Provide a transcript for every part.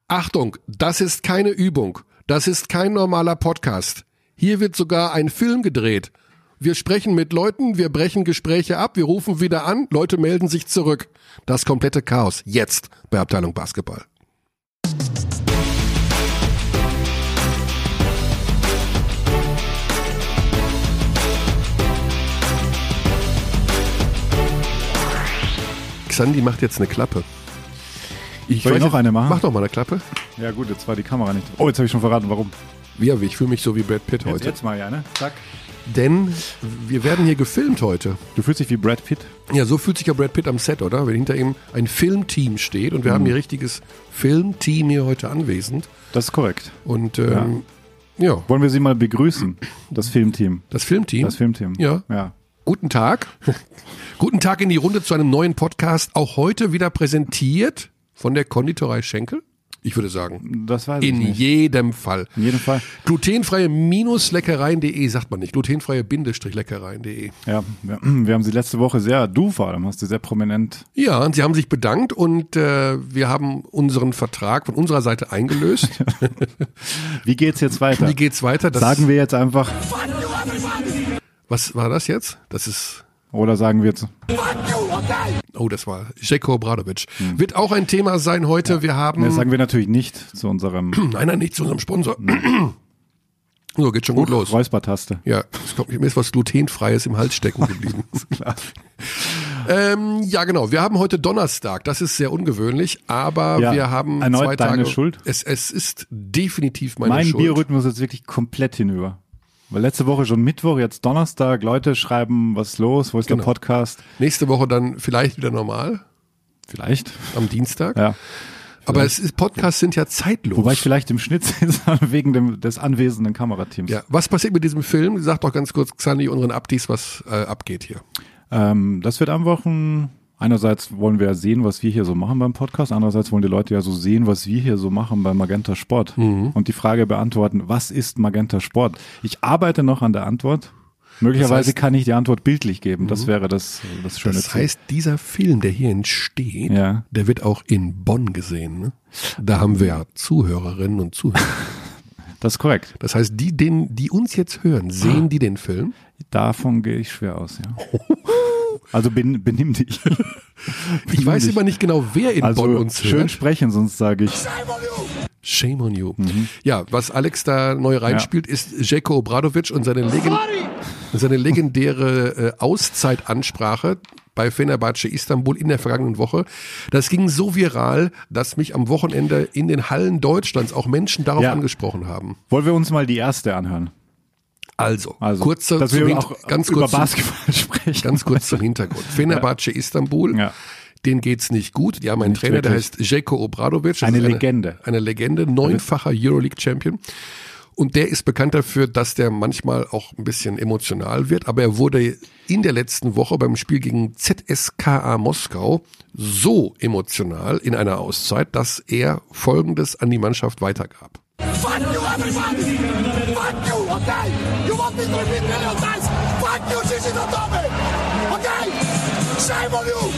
Achtung, das ist keine Übung. Das ist kein normaler Podcast. Hier wird sogar ein Film gedreht. Wir sprechen mit Leuten, wir brechen Gespräche ab, wir rufen wieder an, Leute melden sich zurück. Das komplette Chaos jetzt bei Abteilung Basketball. Xandi macht jetzt eine Klappe. Soll ich noch eine machen? Mach doch mal eine Klappe. Ja gut, jetzt war die Kamera nicht. Oh, jetzt habe ich schon verraten, warum. Ja, ich fühle mich so wie Brad Pitt heute. Jetzt mal, ja, ne? Zack. Denn wir werden hier gefilmt heute. Du fühlst dich wie Brad Pitt? Ja, so fühlt sich ja Brad Pitt am Set, oder? Wenn hinter ihm ein Filmteam steht und wir haben hier richtiges Filmteam hier heute anwesend. Das ist korrekt. Und ja. Wollen wir sie mal begrüßen, das Filmteam? Das Filmteam? Das Filmteam. Ja. Guten Tag. Guten Tag in die Runde zu einem neuen Podcast. Auch heute wieder präsentiert von der Konditorei Schenkel. Ich würde sagen, das weiß ich nicht. In jedem Fall. In jedem Fall. Glutenfreie-Leckereien.de sagt man nicht. Glutenfreie-Leckereien.de. Ja, wir haben sie letzte Woche du vor allem hast du sehr prominent. Ja, und sie haben sich bedankt und wir haben unseren Vertrag von unserer Seite eingelöst. Wie geht's jetzt weiter? Wie geht's weiter? Das sagen wir jetzt einfach. Was war das jetzt? Das ist. Oder sagen wir jetzt. Oh, das war Željko Obradović. Wird auch ein Thema sein heute. Ja. Wir haben. Das sagen wir natürlich nicht zu unserem. Nein, nicht zu unserem Sponsor. So, geht schon gut los. Räuspertaste. Ja, mir ist was Glutenfreies im Hals stecken geblieben. Klar. Ja, genau. Wir haben heute Donnerstag. Das ist sehr ungewöhnlich, aber wir haben erneut 2 Tage. Deine Schuld? Es ist definitiv meine Schuld. Mein Biorhythmus ist wirklich komplett hinüber. Weil letzte Woche schon Mittwoch, jetzt Donnerstag, Leute schreiben, was ist los, wo ist der Podcast? Nächste Woche dann vielleicht wieder normal. Vielleicht. Am Dienstag. Ja. Aber Podcasts sind ja zeitlos. Wobei ich vielleicht im Schnitt sitze wegen des anwesenden Kamerateams. Ja. Was passiert mit diesem Film? Sag doch ganz kurz, Xandi, unseren Abdis, was abgeht hier. Das wird einfach einerseits wollen wir sehen, was wir hier so machen beim Podcast, andererseits wollen die Leute ja so sehen, was wir hier so machen bei Magenta Sport und die Frage beantworten, was ist Magenta Sport? Ich arbeite noch an der Antwort. Möglicherweise kann ich die Antwort bildlich geben. Das wäre das schöne Ziel. Das heißt, dieser Film, der hier entsteht, der wird auch in Bonn gesehen. Ne? Da haben wir ja Zuhörerinnen und Zuhörer. Das ist korrekt. Das heißt, die uns jetzt hören, sehen die den Film? Davon gehe ich schwer aus, ja. Also benimm dich. Ich weiß immer nicht genau, wer in Bonn uns hört. Schön sprechen, sonst sage ich Shame on you. Ja, was Alex da neu reinspielt, ist Željko Obradović und seine legendäre Auszeitansprache bei Fenerbahce Istanbul in der vergangenen Woche. Das ging so viral, dass mich am Wochenende in den Hallen Deutschlands auch Menschen darauf angesprochen haben. Wollen wir uns mal die erste anhören? Also dass wir auch ganz über kurz Basketball sprechen. Ganz kurz zum Hintergrund. Fenerbahce Istanbul, denen geht's nicht gut. Die haben einen Trainer, der heißt Željko Obradović. Eine Legende. Eine Legende, 9-facher Euroleague-Champion. Und der ist bekannt dafür, dass der manchmal auch ein bisschen emotional wird. Aber er wurde in der letzten Woche beim Spiel gegen ZSKA Moskau so emotional in einer Auszeit, dass er Folgendes an die Mannschaft weitergab. Fuck you, everybody! Fuck you, okay? You want me to repeat million times? Fuck you, Gigi Datome! Okay? Shame on you!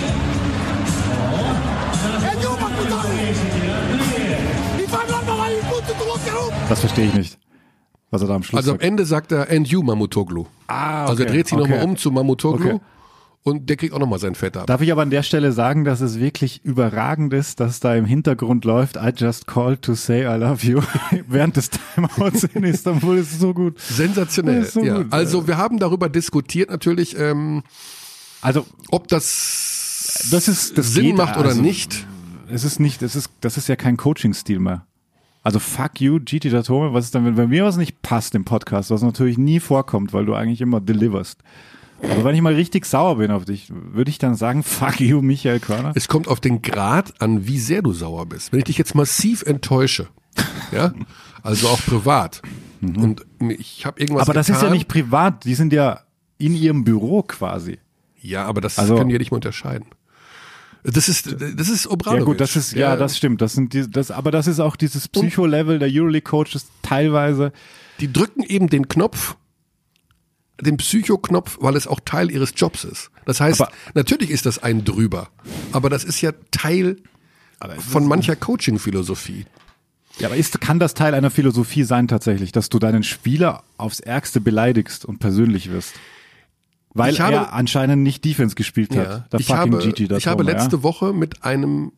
And you, Makutari! If I'm not the way you put to locker room! Das verstehe ich nicht. Was er da am Schluss sagt. Am Ende sagt er, and you, Mamutoglu. Okay. Also er dreht sich nochmal um zu Mamutoglu. Und der kriegt auch nochmal sein Fett ab. Darf ich aber an der Stelle sagen, dass es wirklich überragend ist, dass da im Hintergrund läuft, I just called to say I love you. Während des Timeouts in Istanbul ist es so gut. Sensationell. So gut. Also wir haben darüber diskutiert natürlich, ob das Sinn macht oder nicht. Das ist ja kein Coaching-Stil mehr. Also fuck you, Gigi Datome, was ist dann, wenn bei mir was nicht passt im Podcast, was natürlich nie vorkommt, weil du eigentlich immer deliverst. Aber wenn ich mal richtig sauer bin auf dich, würde ich dann sagen, fuck you, Michael Körner? Es kommt auf den Grad an, wie sehr du sauer bist. Wenn ich dich jetzt massiv enttäusche, ja, also auch privat, und ich habe irgendwas Aber das getan, ist ja nicht privat, die sind ja in ihrem Büro quasi. Ja, aber das können die ja nicht mehr unterscheiden. Das ist Obradović. Ja gut, das stimmt. Aber das ist auch dieses Psycho-Level der Euroleague-Coaches teilweise. Die drücken eben den Knopf, den Psycho-Knopf, weil es auch Teil ihres Jobs ist. Das heißt, natürlich ist das ein drüber, aber das ist ja Teil von mancher Coaching-Philosophie. Ja, aber kann das Teil einer Philosophie sein tatsächlich, dass du deinen Spieler aufs Ärgste beleidigst und persönlich wirst? Weil er anscheinend nicht Defense gespielt hat. Ich habe letzte Woche mit einem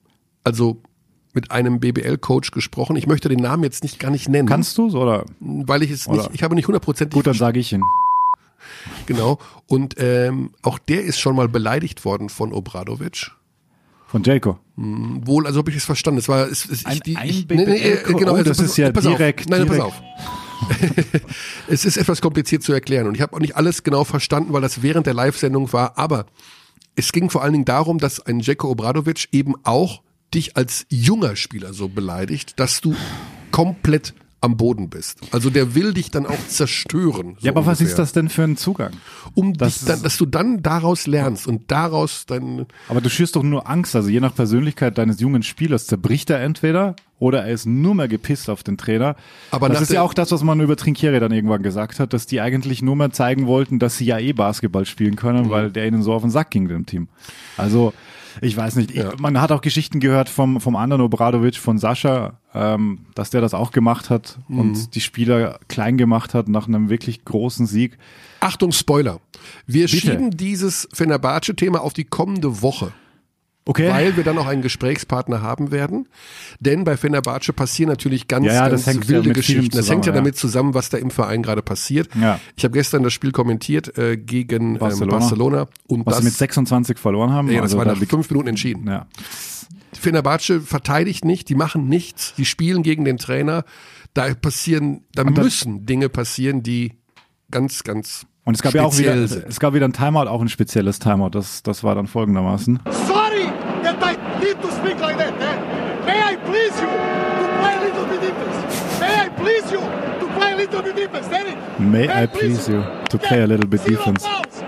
BBL-Coach gesprochen. Ich möchte den Namen jetzt gar nicht nennen. Kannst du es, oder? Weil ich habe nicht 100%. Gut, dann sage ich ihn. Genau. Und auch der ist schon mal beleidigt worden von Obradovic. Von Jelko? Wohl, also habe ich es verstanden. Es war genau, das ist ja direkt. Pass auf. Es ist etwas kompliziert zu erklären und ich habe auch nicht alles genau verstanden, weil das während der Live-Sendung war, aber es ging vor allen Dingen darum, dass ein Jelko Obradovic eben auch dich als junger Spieler so beleidigt, dass du komplett am Boden bist. Also der will dich dann auch zerstören. So ja, aber ungefähr. Was ist das denn für ein Zugang? Dass du dann daraus lernst und daraus dann... Aber du schürst doch nur Angst, also je nach Persönlichkeit deines jungen Spielers zerbricht er entweder oder er ist nur mehr gepisst auf den Trainer. Aber das ist ja auch das, was man über Trinkieri dann irgendwann gesagt hat, dass die eigentlich nur mehr zeigen wollten, dass sie ja Basketball spielen können, weil der ihnen so auf den Sack ging, dem Team. Also... Ich weiß nicht, man hat auch Geschichten gehört vom anderen Obradovic, von Sascha, dass der das auch gemacht hat und die Spieler klein gemacht hat nach einem wirklich großen Sieg. Achtung, Spoiler. Wir schieben dieses Fenerbahce-Thema auf die kommende Woche. Okay. Weil wir dann auch einen Gesprächspartner haben werden. Denn bei Fenerbahce passieren natürlich ganz wilde Geschichten. Das hängt ja damit zusammen, was da im Verein gerade passiert. Ja. Ich habe gestern das Spiel kommentiert gegen Barcelona. Und was sie mit 26 verloren haben. Ja, das war nach 5 Minuten entschieden. Ja. Fenerbahce verteidigt nicht, die machen nichts, die spielen gegen den Trainer. Da müssen Dinge passieren, die ganz, ganz und es gab ja auch wieder ein Timeout, auch ein spezielles Timeout. Das war dann folgendermaßen. Sorry that I need to speak like that. May I please you to play a little bit defense? May I please you to play a little bit defense? May I please you to play a little bit defense?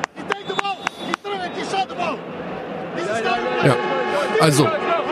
Ja, also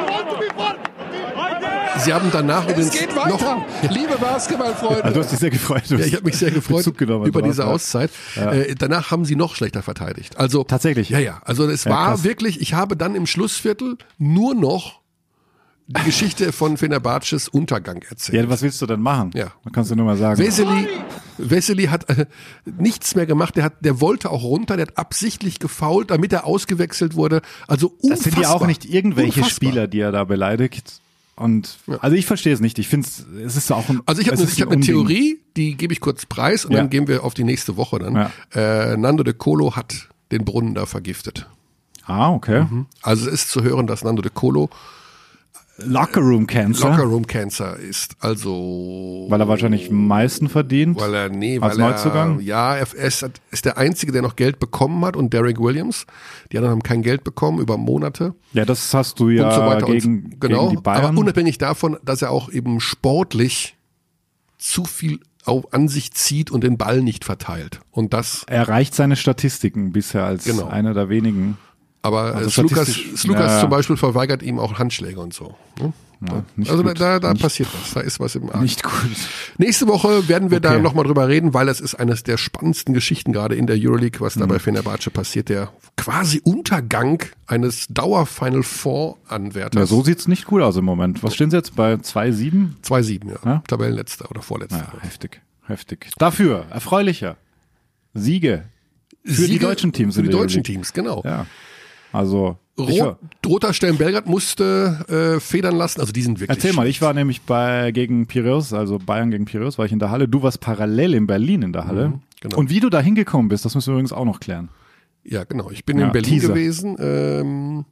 Sie haben danach übrigens noch... Liebe Basketballfreunde. Also du hast dich sehr gefreut. Ja, ich habe mich sehr gefreut über diese Auszeit. Ja. Danach haben sie noch schlechter verteidigt. Also tatsächlich? Ja. Also es war krass. Wirklich, ich habe dann im Schlussviertel nur noch die Geschichte von Fenerbahces Untergang erzählt. Ja, was willst du denn machen? Ja. Da kannst du nur mal sagen. Vesely hat nichts mehr gemacht. Der wollte auch runter. Der hat absichtlich gefoult, damit er ausgewechselt wurde. Also unfassbar. Das sind ja auch nicht irgendwelche Spieler, die er da beleidigt. Und also ich verstehe es nicht. Ich finde es ist auch ein. Also ich habe eine Theorie, die gebe ich kurz preis und dann gehen wir auf die nächste Woche dann. Ja. Nando De Colo hat den Brunnen da vergiftet. Ah, okay. Also es ist zu hören, dass Nando De Colo Locker Room Cancer ist, also weil er wahrscheinlich am meisten verdient. Als Neuzugang? Er ist der Einzige, der noch Geld bekommen hat und Derrick Williams. Die anderen haben kein Geld bekommen über Monate. Ja, das hast du ja so weiter gegen die Bayern. Aber unabhängig davon, dass er auch eben sportlich zu viel an sich zieht und den Ball nicht verteilt. Und das er erreicht seine Statistiken bisher als einer der wenigen. Aber also Slukas zum Beispiel verweigert ihm auch Handschläge und so. Ne? Ja, also da passiert was, da ist was im Argen. Nicht gut. Nächste Woche werden wir da nochmal drüber reden, weil es ist eines der spannendsten Geschichten gerade in der Euroleague, was da bei Fenerbahce passiert, der quasi Untergang eines Dauer-Final Four-Anwärters. Ja, so sieht's nicht gut aus im Moment. Was stehen sie jetzt bei 2-7? 2-7, ja. Tabellenletzter oder Vorletzter. Ja, heftig. Dafür erfreulicher Siege für die deutschen Teams. Für die deutschen Teams, genau. Ja. Also Roter Stern Belgrad musste federn lassen, also die sind wirklich. Erzähl mal, ich war nämlich gegen Piraeus, also Bayern gegen Piraeus, war ich in der Halle. Du warst parallel in Berlin in der Halle. Genau. Und wie du da hingekommen bist, das müssen wir übrigens auch noch klären. Ja, genau. Ich bin in Berlin gewesen.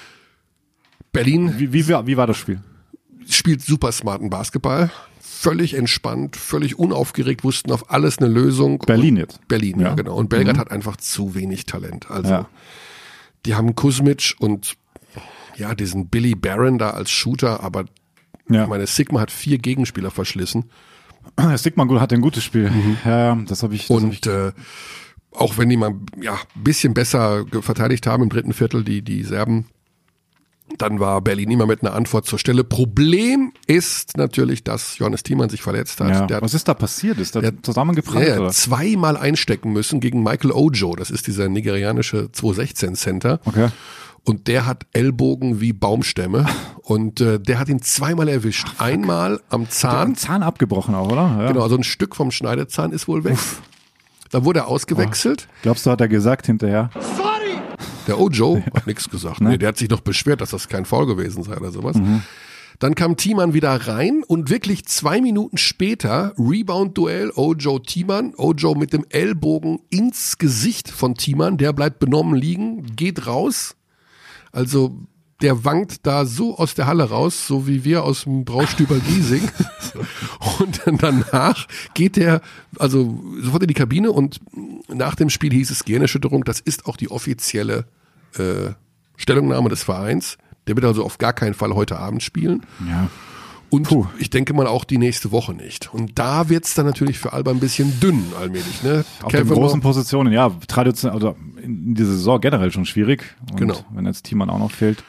Berlin. Wie war das Spiel? Spielt super smarten Basketball. Völlig entspannt, völlig unaufgeregt, wussten auf alles eine Lösung. Berlin jetzt? Berlin, ja genau. Und Belgrad hat einfach zu wenig Talent. Also die haben Kuzmic und diesen Billy Barron da als Shooter, aber ich meine, Sigma hat 4 Gegenspieler verschlissen. Sigma hat ein gutes Spiel. Ja, das habe ich. Auch wenn die mal ein bisschen besser verteidigt haben im dritten Viertel, die Serben, dann war Berlin immer mit einer Antwort zur Stelle. Problem ist natürlich, dass Johannes Thiemann sich verletzt hat. Was ist da passiert? Ist der zusammengebrannt? Er hat 2-mal einstecken müssen gegen Michael Ojo. Das ist dieser nigerianische 216 Center. Okay. Und der hat Ellbogen wie Baumstämme und der hat ihn zweimal erwischt. Einmal am Zahn. Zahn abgebrochen auch, oder? Ja. Genau, also ein Stück vom Schneidezahn ist wohl weg. Dann wurde er ausgewechselt. Glaubst du, hat er gesagt hinterher? Sorry! Der Ojo hat nichts gesagt. Nee, der hat sich noch beschwert, dass das kein Foul gewesen sei oder sowas. Dann kam Thiemann wieder rein und wirklich 2 Minuten später Rebound-Duell Ojo-Thiemann. Ojo mit dem Ellbogen ins Gesicht von Thiemann. Der bleibt benommen liegen, geht raus. Also der wankt da so aus der Halle raus, so wie wir aus dem Braustüber Giesing. Und dann danach geht er also sofort in die Kabine und nach dem Spiel hieß es Gehirnerschütterung. Das ist auch die offizielle Stellungnahme des Vereins. Der wird also auf gar keinen Fall heute Abend spielen. Ja. Und ich denke mal auch die nächste Woche nicht. Und da wird's dann natürlich für Alba ein bisschen dünn allmählich. Ne? Auf den großen Positionen, ja, traditionell, also in dieser Saison generell schon schwierig. Und genau. Wenn jetzt Thiemann auch noch fehlt.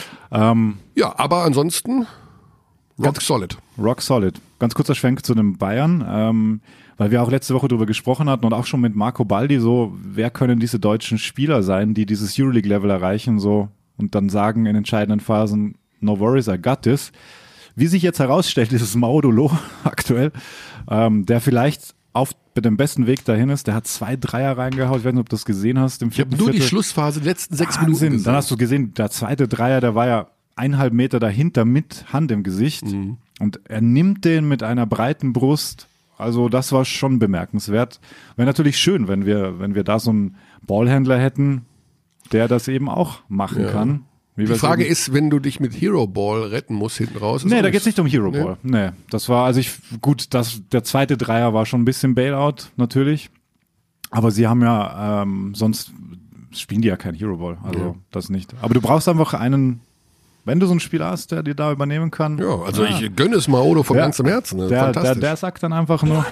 Ja, aber ansonsten rock solid. Rock solid. Ganz kurzer Schwenk zu den Bayern, weil wir auch letzte Woche darüber gesprochen hatten und auch schon mit Marco Baldi so, wer können diese deutschen Spieler sein, die dieses Euroleague-Level erreichen so und dann sagen in entscheidenden Phasen, no worries, I got this. Wie sich jetzt herausstellt, ist es Maudolo aktuell, der vielleicht auf dem besten Weg dahin ist. Der hat 2 Dreier reingehauen. Ich weiß nicht, ob du das gesehen hast. Ich habe nur die Schlussphase, die letzten 6 Minuten gesehen. Dann hast du gesehen, der zweite Dreier, der war ja 1,5 Meter dahinter mit Hand im Gesicht. Und er nimmt den mit einer breiten Brust. Also das war schon bemerkenswert. Wäre natürlich schön, wenn wir da so einen Ballhändler hätten, der das eben auch machen kann. Die Frage ist, wenn du dich mit Hero Ball retten musst hinten raus. Nee, da geht's nicht um Hero Ball. Nee, das war, also der zweite Dreier war schon ein bisschen Bailout, natürlich. Aber sie haben ja, sonst spielen die ja kein Hero Ball. Also das nicht. Aber du brauchst einfach einen, wenn du so einen Spieler hast, der dir da übernehmen kann. Ja, also ich gönne es Maodo von ganzem Herzen. Der sagt dann einfach nur.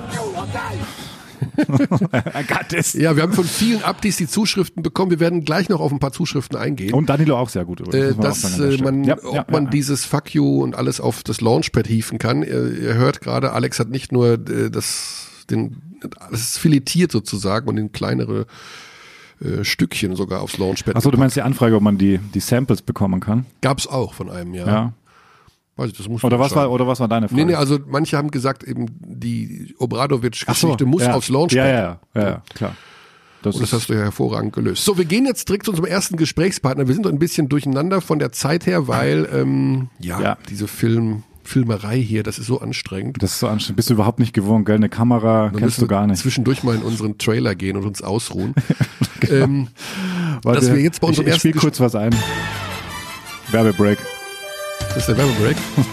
Ja, wir haben von vielen Abdis die Zuschriften bekommen. Wir werden gleich noch auf ein paar Zuschriften eingehen. Und Danilo auch sehr gut. Ob man dieses Fuck you und alles auf das Launchpad hieven kann. Ihr hört gerade, Alex hat nicht nur das ist filetiert sozusagen und in kleinere Stückchen sogar aufs Launchpad. Achso, du meinst die Anfrage, ob man die Samples bekommen kann? Gab's auch von einem, ja. Weiß ich, das muss oder was war deine Frage? Nee, also manche haben gesagt, eben die Obradovic-Geschichte muss aufs Launchpad. Ja, klar. Das hast du ja hervorragend gelöst. So, wir gehen jetzt direkt zu unserem ersten Gesprächspartner. Wir sind ein bisschen durcheinander von der Zeit her, weil diese Filmerei hier, das ist so anstrengend. Das ist so anstrengend. Bist du überhaupt nicht gewohnt, gell? Eine Kamera kennst du gar nicht. Zwischendurch mal in unseren Trailer gehen und uns ausruhen. Genau. Dass wir jetzt bei unserem ersten... Ich spiel kurz was ein. Werbebreak. Das ist der Werbebreak.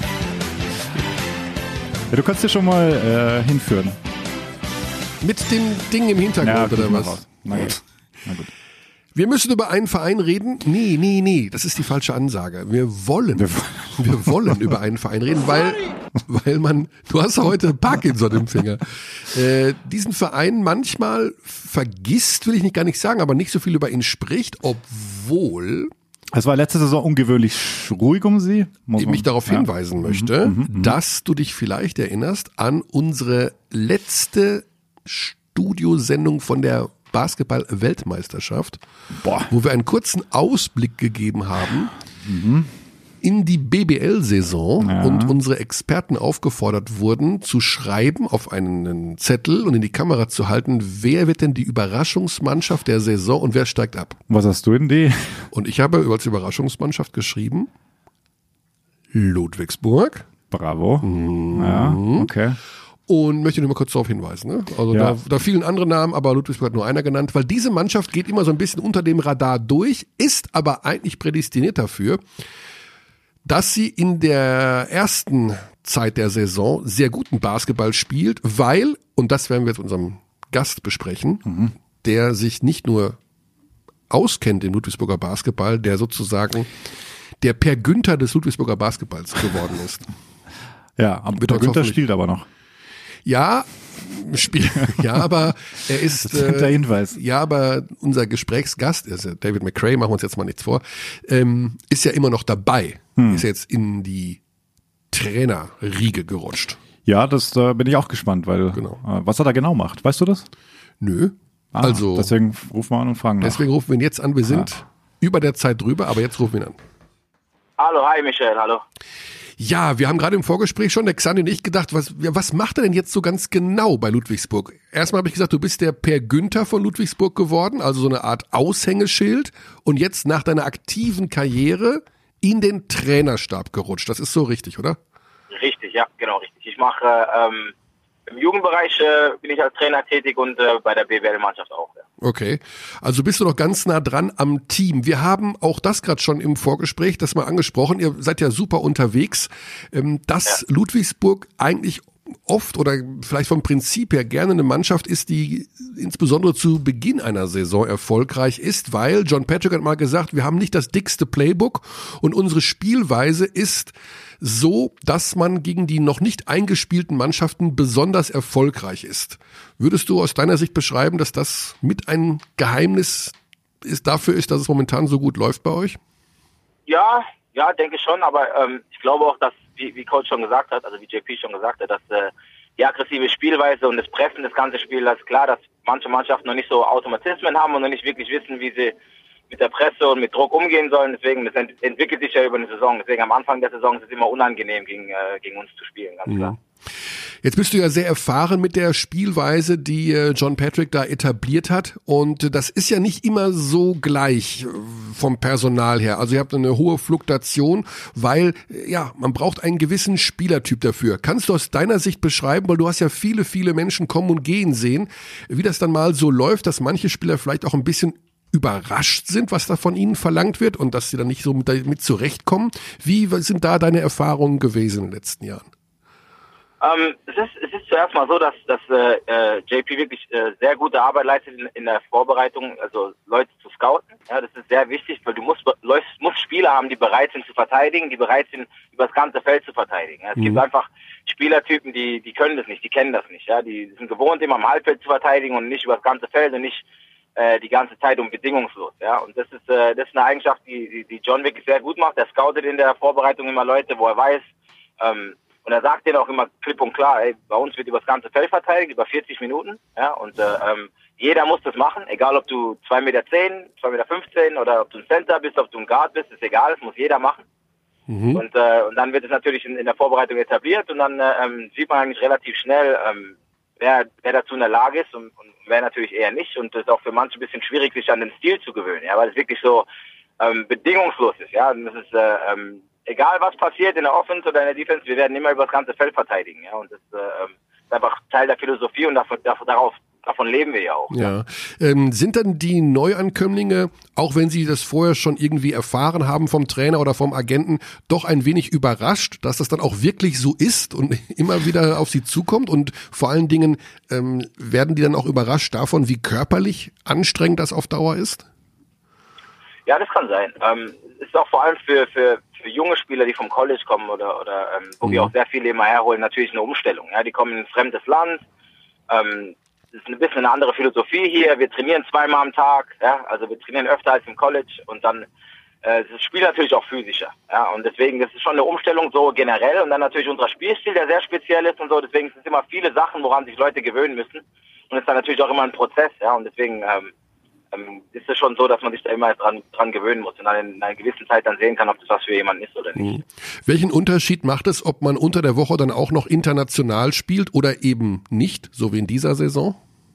Ja, du kannst dir schon mal hinführen. Mit dem Ding im Hintergrund oder was? Na gut. Wir müssen über einen Verein reden. Nee, das ist die falsche Ansage. Wir wollen über einen Verein reden, weil du hast heute Parkinson im Finger. Diesen Verein manchmal vergisst, will ich gar nicht sagen, aber nicht so viel über ihn spricht, obwohl... Es war letzte Saison ungewöhnlich ruhig um sie. Ich mich darauf hinweisen möchte, dass du dich vielleicht erinnerst an unsere letzte Studiosendung von der Basketball-Weltmeisterschaft, wo wir einen kurzen Ausblick gegeben haben in die BBL-Saison und unsere Experten aufgefordert wurden, zu schreiben auf einen Zettel und in die Kamera zu halten, wer wird denn die Überraschungsmannschaft der Saison und wer steigt ab. Was hast du in die? Und ich habe als Überraschungsmannschaft geschrieben, Ludwigsburg. Bravo. Ja, okay. Und möchte nur mal kurz darauf hinweisen. Ne? Also da fielen andere Namen, aber Ludwigsburg hat nur einer genannt, weil diese Mannschaft geht immer so ein bisschen unter dem Radar durch, ist aber eigentlich prädestiniert dafür, dass sie in der ersten Zeit der Saison sehr guten Basketball spielt, weil, und das werden wir jetzt unserem Gast besprechen, der sich nicht nur auskennt im Ludwigsburger Basketball, der sozusagen der Per Günther des Ludwigsburger Basketballs geworden ist. Ja, aber Per Günther spielt aber noch. Ja, aber er ist der Hinweis. Ja, aber unser Gesprächsgast, ist David McRae, machen wir uns jetzt mal nichts vor, ist ja immer noch dabei. Ist jetzt in die Trainerriege gerutscht. Ja, da bin ich auch gespannt, weil was er da genau macht, weißt du das? Nö. Also deswegen rufen wir an und fragen nach. Deswegen rufen wir ihn jetzt an. Wir sind über der Zeit drüber, aber jetzt rufen wir ihn an. Hallo, hi Michael, hallo. Ja, wir haben gerade im Vorgespräch schon, der Xandi und ich, gedacht, was macht er denn jetzt so ganz genau bei Ludwigsburg? Erstmal habe ich gesagt, du bist der Per Günther von Ludwigsburg geworden, also so eine Art Aushängeschild, und jetzt nach deiner aktiven Karriere in den Trainerstab gerutscht. Das ist so richtig, oder? Richtig, ja, genau richtig. Ich mache im Jugendbereich bin ich als Trainer tätig und bei der BWL-Mannschaft auch. Ja. Okay, also bist du noch ganz nah dran am Team. Wir haben auch das gerade schon im Vorgespräch, das mal angesprochen, ihr seid ja super unterwegs, dass Ludwigsburg eigentlich oft oder vielleicht vom Prinzip her gerne eine Mannschaft ist, die insbesondere zu Beginn einer Saison erfolgreich ist, weil John Patrick hat mal gesagt, wir haben nicht das dickste Playbook und unsere Spielweise ist so, dass man gegen die noch nicht eingespielten Mannschaften besonders erfolgreich ist. Würdest du aus deiner Sicht beschreiben, dass das mit ein Geheimnis dafür ist, dass es momentan so gut läuft bei euch? Ja, denke schon, aber ich glaube auch, dass, wie Coach schon gesagt hat, also wie JP schon gesagt hat, dass die aggressive Spielweise und das Pressen des ganzen Spiels, das ist klar, dass manche Mannschaften noch nicht so Automatismen haben und noch nicht wirklich wissen, wie sie mit der Presse und mit Druck umgehen sollen. Deswegen, das entwickelt sich ja über eine Saison. Deswegen am Anfang der Saison ist es immer unangenehm, gegen uns zu spielen, ganz klar. Jetzt bist du ja sehr erfahren mit der Spielweise, die John Patrick da etabliert hat. Und das ist ja nicht immer so gleich vom Personal her. Also ihr habt eine hohe Fluktuation, weil ja man braucht einen gewissen Spielertyp dafür. Kannst du aus deiner Sicht beschreiben, weil du hast ja viele, viele Menschen kommen und gehen sehen, wie das dann mal so läuft, dass manche Spieler vielleicht auch ein bisschen überrascht sind, was da von ihnen verlangt wird und dass sie dann nicht so mit zurechtkommen. Wie sind da deine Erfahrungen gewesen in den letzten Jahren? Es ist zuerst mal so, dass JP wirklich sehr gute Arbeit leistet in der Vorbereitung, also Leute zu scouten. Ja, das ist sehr wichtig, weil du musst Spieler haben, die bereit sind zu verteidigen, die bereit sind, über das ganze Feld zu verteidigen. Ja, es gibt einfach Spielertypen, die können das nicht, die kennen das nicht. Ja, die sind gewohnt, immer am Halbfeld zu verteidigen und nicht über das ganze Feld und nicht die ganze Zeit und bedingungslos. Ja, und das ist eine Eigenschaft, die John wirklich sehr gut macht. Er scoutet in der Vorbereitung immer Leute, wo er weiß, und er sagt denen auch immer klipp und klar, ey, bei uns wird über das ganze Feld verteidigt, über 40 Minuten. Ja, und jeder muss das machen, egal ob du 2,10 Meter, 2,15 Meter oder ob du ein Center bist, ob du ein Guard bist, ist egal, das muss jeder machen. Und dann wird es natürlich in der Vorbereitung etabliert und dann sieht man eigentlich relativ schnell, wer dazu in der Lage ist und wer natürlich eher nicht. Und es ist auch für manche ein bisschen schwierig, sich an den Stil zu gewöhnen, ja, weil es wirklich so bedingungslos ist. Ja, und das ist egal was passiert in der Offense oder in der Defense, wir werden immer über das ganze Feld verteidigen. Ja, und das ist einfach Teil der Philosophie und davon leben wir ja auch. Ja. Sind dann die Neuankömmlinge, auch wenn sie das vorher schon irgendwie erfahren haben vom Trainer oder vom Agenten, doch ein wenig überrascht, dass das dann auch wirklich so ist und immer wieder auf sie zukommt? Und vor allen Dingen werden die dann auch überrascht davon, wie körperlich anstrengend das auf Dauer ist? Ja, das kann sein. Ist auch vor allem für junge Spieler, die vom College kommen oder wo wir auch sehr viele immer herholen, natürlich eine Umstellung. Ja, die kommen in ein fremdes Land. Es ist ein bisschen eine andere Philosophie hier. Wir trainieren 2-mal am Tag. Ja, also wir trainieren öfter als im College und dann ist das Spiel natürlich auch physischer. Ja, und deswegen, das ist schon eine Umstellung so generell und dann natürlich unser Spielstil, der sehr speziell ist und so. Deswegen sind es immer viele Sachen, woran sich Leute gewöhnen müssen. Und es ist dann natürlich auch immer ein Prozess. Ja, und deswegen ist es schon so, dass man sich da immer dran gewöhnen muss und dann in einer gewissen Zeit dann sehen kann, ob das was für jemanden ist oder nicht. Welchen Unterschied macht es, ob man unter der Woche dann auch noch international spielt oder eben nicht, so wie in dieser Saison?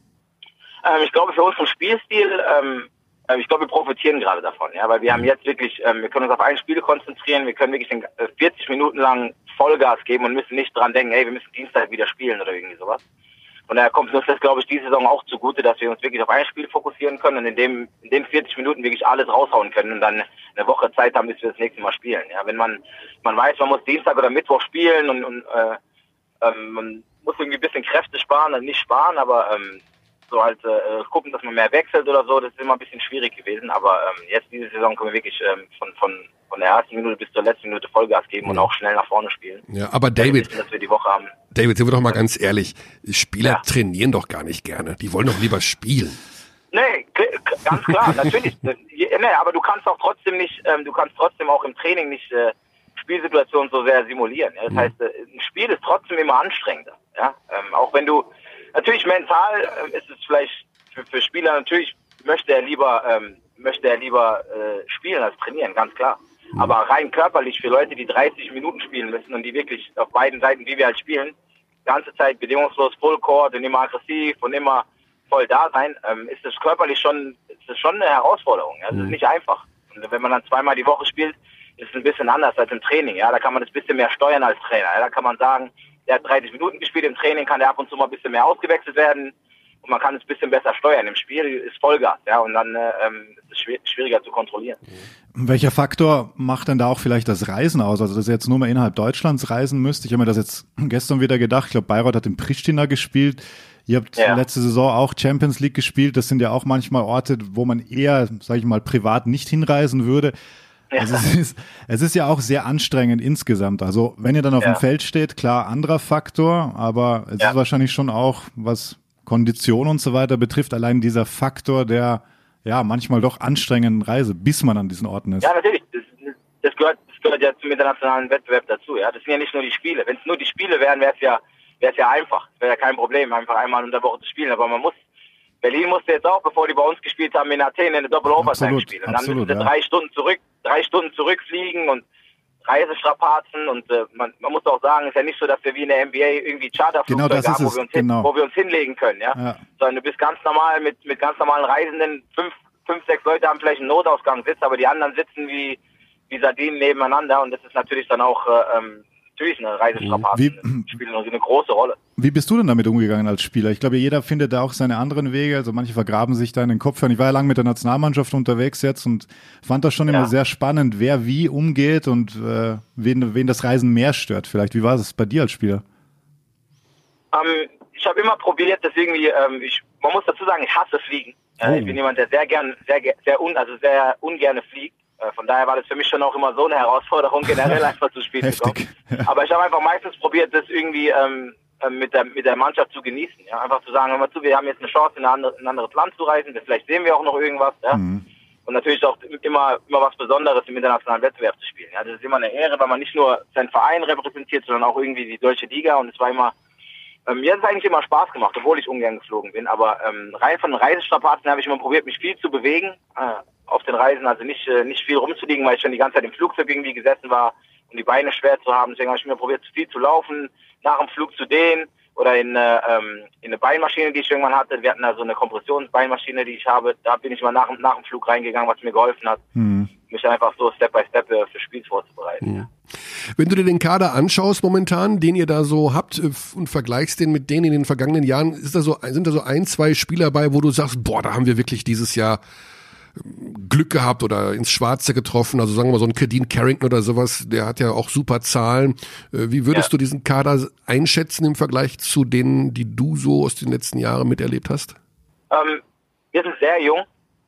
Ich glaube, für unseren Spielstil, ich glaube, wir profitieren gerade davon, ja, weil wir haben jetzt wirklich, wir können uns auf ein Spiel konzentrieren, wir können wirklich 40 Minuten lang Vollgas geben und müssen nicht dran denken, hey, wir müssen Dienstag wieder spielen oder irgendwie sowas. Und daher kommt uns das, glaube ich, diese Saison auch zugute, dass wir uns wirklich auf ein Spiel fokussieren können und in dem 40 Minuten wirklich alles raushauen können und dann eine Woche Zeit haben, bis wir das nächste Mal spielen. Ja, wenn man weiß, man muss Dienstag oder Mittwoch spielen und man muss irgendwie ein bisschen Kräfte sparen, also nicht sparen, aber so halt gucken, dass man mehr wechselt oder so, das ist immer ein bisschen schwierig gewesen. Aber jetzt diese Saison können wir wirklich von der ersten Minute bis zur letzten Minute Vollgas geben und auch schnell nach vorne spielen. Ja, aber David, wissen, dass wir die Woche haben. David, sind wir doch mal ganz ehrlich, Spieler trainieren doch gar nicht gerne. Die wollen doch lieber spielen. Nee, ganz klar, natürlich. Nee, aber du kannst auch trotzdem nicht, auch im Training nicht Spielsituationen so sehr simulieren. Ja? Das heißt, ein Spiel ist trotzdem immer anstrengender. Ja? Auch wenn du, natürlich mental ist es vielleicht für Spieler, natürlich möchte er lieber möchte er lieber spielen als trainieren, ganz klar. Aber rein körperlich für Leute, die 30 Minuten spielen müssen und die wirklich auf beiden Seiten, wie wir halt spielen, die ganze Zeit bedingungslos Full Court und immer aggressiv und immer voll da sein, ist das körperlich schon eine Herausforderung. Ja? Das ist nicht einfach. Und wenn man dann 2-mal die Woche spielt, ist es ein bisschen anders als im Training. Ja, da kann man das ein bisschen mehr steuern als Trainer. Ja? Da kann man sagen, der hat 30 Minuten gespielt, im Training kann der ab und zu mal ein bisschen mehr ausgewechselt werden und man kann es ein bisschen besser steuern. Im Spiel ist Vollgas, ja, und dann ist es schwieriger zu kontrollieren. Welcher Faktor macht denn da auch vielleicht das Reisen aus? Also, dass ihr jetzt nur mal innerhalb Deutschlands reisen müsst. Ich habe mir das jetzt gestern wieder gedacht. Ich glaube, Bayreuth hat in Pristina gespielt. Ihr habt letzte Saison auch Champions League gespielt. Das sind ja auch manchmal Orte, wo man eher, sage ich mal, privat nicht hinreisen würde. Also es ist ja auch sehr anstrengend insgesamt. Also wenn ihr dann auf dem Feld steht, klar, anderer Faktor, aber es ist wahrscheinlich schon auch, was Kondition und so weiter betrifft, allein dieser Faktor der manchmal doch anstrengenden Reise, bis man an diesen Orten ist. Ja, natürlich. Das gehört ja zum internationalen Wettbewerb dazu. Ja, das sind ja nicht nur die Spiele. Wenn es nur die Spiele wären, wäre es ja einfach. Wäre ja kein Problem, einfach einmal in der Woche zu spielen. Aber Berlin musste jetzt auch, bevor die bei uns gespielt haben, in Athen eine Doppel-Overtime spielen. Und dann müssen sie 3 Stunden zurückfliegen und Reisestrapazen und man muss auch sagen, es ist ja nicht so, dass wir wie in der NBA irgendwie Charterflugzeuge haben, wo wir uns hinlegen können, ja. Sondern du bist ganz normal mit ganz normalen Reisenden, 5, 6 Leute haben vielleicht einen Notausgang sitzen, aber die anderen sitzen wie Sardinen nebeneinander und das ist natürlich dann auch natürlich eine Reisestrapazen, spielt eine große Rolle. Wie bist du denn damit umgegangen als Spieler? Ich glaube, jeder findet da auch seine anderen Wege. Also manche vergraben sich da in den Kopf. Ich war ja lange mit der Nationalmannschaft unterwegs jetzt und fand das schon immer sehr spannend, wer wie umgeht und wen das Reisen mehr stört vielleicht. Wie war es bei dir als Spieler? Ich habe immer probiert, dass irgendwie, man muss dazu sagen, ich hasse Fliegen. Ich bin jemand, der sehr ungerne fliegt. Von daher war das für mich schon auch immer so eine Herausforderung, generell einfach zu spielen zu kommen. Aber ich habe einfach meistens probiert, das irgendwie mit der Mannschaft zu genießen. Ja? Einfach zu sagen, hör mal zu, wir haben jetzt eine Chance, in ein anderes Land zu reisen, vielleicht sehen wir auch noch irgendwas. Ja? Und natürlich auch immer was Besonderes im internationalen Wettbewerb zu spielen. Ja? Das ist immer eine Ehre, weil man nicht nur seinen Verein repräsentiert, sondern auch irgendwie die deutsche Liga. Und es war immer, mir hat es eigentlich immer Spaß gemacht, obwohl ich ungern geflogen bin. Aber rein von den Reisestrapazen habe ich immer probiert, mich viel zu bewegen auf den Reisen. Also nicht viel rumzuliegen, weil ich schon die ganze Zeit im Flugzeug irgendwie gesessen war und die Beine schwer zu haben. Deswegen habe ich mir probiert, viel zu laufen, nach dem Flug zu dehnen oder in eine Beinmaschine, die ich irgendwann hatte. Wir hatten da so eine Kompressionsbeinmaschine, die ich habe. Da bin ich mal nach dem Flug reingegangen, was mir geholfen hat, mich einfach so Step by Step für Spiel vorzubereiten. Wenn du dir den Kader anschaust momentan, den ihr da so habt und vergleichst den mit denen in den vergangenen Jahren, sind da so 1-2 Spieler bei, wo du sagst, boah, da haben wir wirklich dieses Jahr Glück gehabt oder ins Schwarze getroffen, also sagen wir mal so ein Kadeen Carrington oder sowas, der hat ja auch super Zahlen. Wie würdest du diesen Kader einschätzen im Vergleich zu denen, die du so aus den letzten Jahren miterlebt hast? Wir sind sehr jung.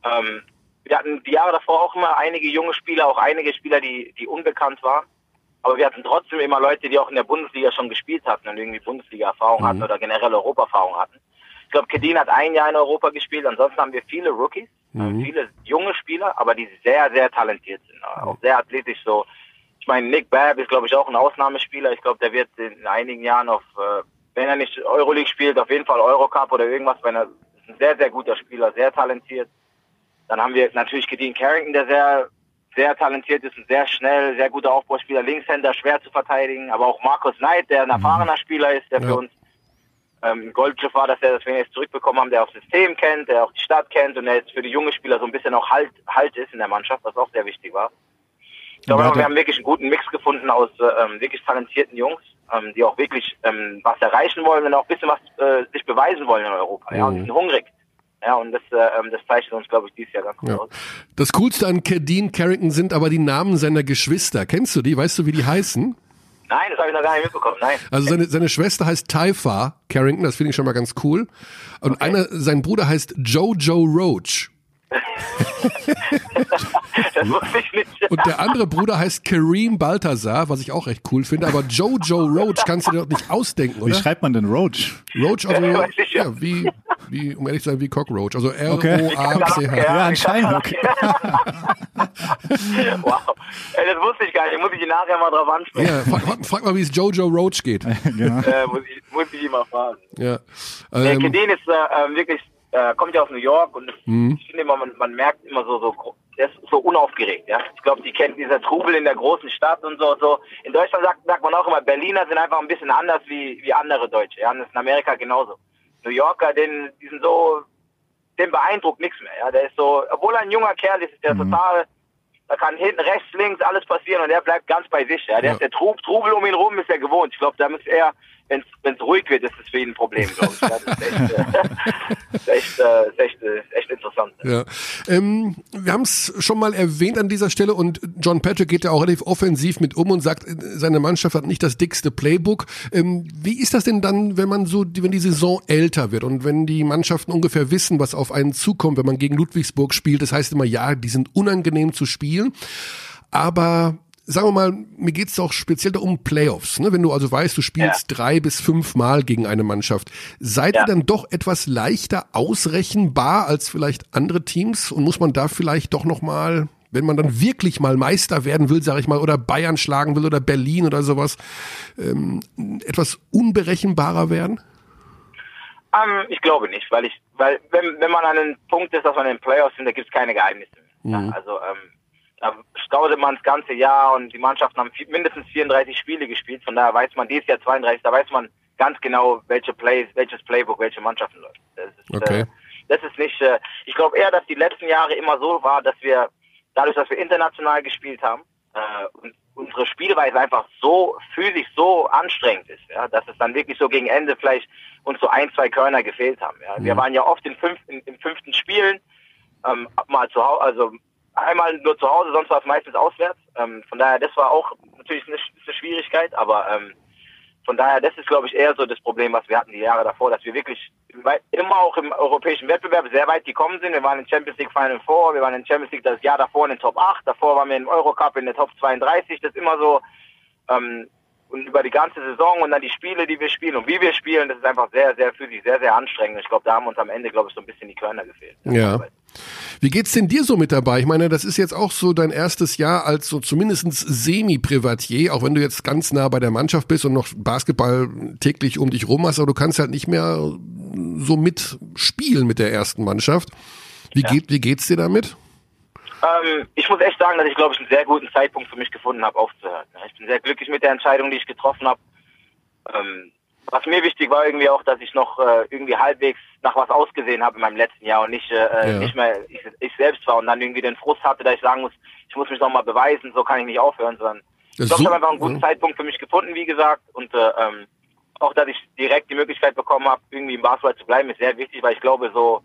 Wir hatten die Jahre davor auch immer einige junge Spieler, auch einige Spieler, die unbekannt waren. Aber wir hatten trotzdem immer Leute, die auch in der Bundesliga schon gespielt hatten und irgendwie Bundesliga-Erfahrung hatten oder generell Europa-Erfahrung hatten. Ich glaube, Kadeen hat 1 Jahr in Europa gespielt, ansonsten haben wir viele Rookies. Viele junge Spieler, aber die sehr, sehr talentiert sind. Auch sehr athletisch so. Ich meine, Nick Babb ist, glaube ich, auch ein Ausnahmespieler. Ich glaube, der wird in einigen Jahren wenn er nicht Euroleague spielt, auf jeden Fall Eurocup oder irgendwas, weil er ist ein sehr, sehr guter Spieler, sehr talentiert. Dann haben wir natürlich Kadeen Carrington, der sehr, sehr talentiert ist und sehr schnell, sehr guter Aufbauspieler, Linkshänder, schwer zu verteidigen. Aber auch Marcus Knight, der ein erfahrener Spieler ist, der für uns Goldgriff war, dass wir jetzt zurückbekommen haben, der auch das System kennt, der auch die Stadt kennt und der jetzt für die jungen Spieler so ein bisschen auch Halt ist in der Mannschaft, was auch sehr wichtig war. Ich glaube, wir haben wirklich einen guten Mix gefunden aus wirklich talentierten Jungs, die auch wirklich was erreichen wollen und auch ein bisschen was sich beweisen wollen in Europa. Ja, und die sind hungrig. Ja, und das zeichnet uns, glaube ich, dieses Jahr ganz gut aus. Das Coolste an Kadeen Carrington sind aber die Namen seiner Geschwister. Kennst du die? Weißt du, wie die heißen? Nein, das habe ich noch gar nicht mitbekommen, nein. Also seine Schwester heißt Taifa Carrington, das finde ich schon mal ganz cool. Und sein Bruder heißt Jojo Roach. Das wusste ich nicht. Und der andere Bruder heißt Kareem Balthazar, was ich auch recht cool finde, aber Jojo Roach kannst du dir doch nicht ausdenken, oder? Wie schreibt man denn Roach? Roach, also wie um ehrlich zu sein, wie Cockroach, also R-O-A-C-H. Ja, anscheinend. Okay. Wow, das wusste ich gar nicht, muss ich ihn nachher mal drauf ansprechen. Ja, frag mal, wie es Jojo Roach geht. Genau. Muss ich ihn mal fragen. Ja. Kadeen ist wirklich kommt ja aus New York und ich finde immer, man merkt immer der ist so unaufgeregt, ja. Ich glaube, die kennt dieser Trubel in der großen Stadt und so. In Deutschland sagt man auch immer, Berliner sind einfach ein bisschen anders wie andere Deutsche, ja. Und das ist in Amerika genauso. New Yorker, den beeindruckt nichts mehr, ja. Der ist so, obwohl er ein junger Kerl ist der total, da kann hinten, rechts, links alles passieren und der bleibt ganz bei sich, ja. Der ist der Trubel um ihn rum, ist er gewohnt. Ich glaube, da muss er, wenn es ruhig wird, ist es für ihn ein Problem, glaube ich. Ja, das ist echt interessant. Ja. Wir haben es schon mal erwähnt an dieser Stelle und John Patrick geht ja auch relativ offensiv mit um und sagt, seine Mannschaft hat nicht das dickste Playbook. Wie ist das denn dann, wenn die Saison älter wird und wenn die Mannschaften ungefähr wissen, was auf einen zukommt, wenn man gegen Ludwigsburg spielt? Das heißt immer, ja, die sind unangenehm zu spielen, aber sagen wir mal, mir geht's auch speziell da um Playoffs, ne? Wenn du also weißt, du spielst 3 bis 5 Mal gegen eine Mannschaft. Seid ihr dann doch etwas leichter ausrechenbar als vielleicht andere Teams? Und muss man da vielleicht doch nochmal, wenn man dann wirklich mal Meister werden will, sag ich mal, oder Bayern schlagen will oder Berlin oder sowas, etwas unberechenbarer werden? Ich glaube nicht, weil wenn man an einem Punkt ist, dass man in den Playoffs sind, da gibt's keine Geheimnisse mehr. Ja, also da scoutet man das ganze Jahr und die Mannschaften haben mindestens 34 Spiele gespielt. Von daher weiß man, dieses Jahr 32, da weiß man ganz genau, welches Playbook, welche Mannschaften läuft. Das ist nicht, ich glaube eher, dass die letzten Jahre immer so war, dass wir, dadurch, dass wir international gespielt haben, und unsere Spielweise einfach so physisch so anstrengend ist, ja, dass es dann wirklich so gegen Ende vielleicht uns so 1-2 Körner gefehlt haben. Ja. Wir waren ja oft im fünften Spielen, mal zu Hause, also einmal nur zu Hause, sonst war es meistens auswärts. Von daher, das war auch natürlich eine Schwierigkeit, aber von daher, das ist, glaube ich, eher so das Problem, was wir hatten die Jahre davor, dass wir wirklich immer auch im europäischen Wettbewerb sehr weit gekommen sind. Wir waren in Champions League Final Four, wir waren in Champions League das Jahr davor in den Top 8, davor waren wir im Eurocup in der Top 32, das ist immer so, und über die ganze Saison und dann die Spiele, die wir spielen und wie wir spielen, das ist einfach sehr, sehr physisch, sehr, sehr anstrengend. Ich glaube, da haben uns am Ende, glaube ich, so ein bisschen die Körner gefehlt. Ja. Wie geht's denn dir so mit dabei? Ich meine, das ist jetzt auch so dein erstes Jahr als so zumindest Semi-Privatier, auch wenn du jetzt ganz nah bei der Mannschaft bist und noch Basketball täglich um dich rum hast, aber du kannst halt nicht mehr so mitspielen mit der ersten Mannschaft. Wie geht's dir damit? Ich muss echt sagen, dass ich, glaube ich, einen sehr guten Zeitpunkt für mich gefunden habe, aufzuhören. Ich bin sehr glücklich mit der Entscheidung, die ich getroffen habe. Was mir wichtig war irgendwie auch, dass ich noch irgendwie halbwegs nach was ausgesehen habe in meinem letzten Jahr und nicht mehr ich selbst war und dann irgendwie den Frust hatte, dass ich sagen muss, ich muss mich noch mal beweisen, so kann ich nicht aufhören, sondern ich glaube, ich habe einfach einen guten Zeitpunkt für mich gefunden, wie gesagt, und auch, dass ich direkt die Möglichkeit bekommen habe, irgendwie im Basketball zu bleiben, ist sehr wichtig, weil ich glaube, so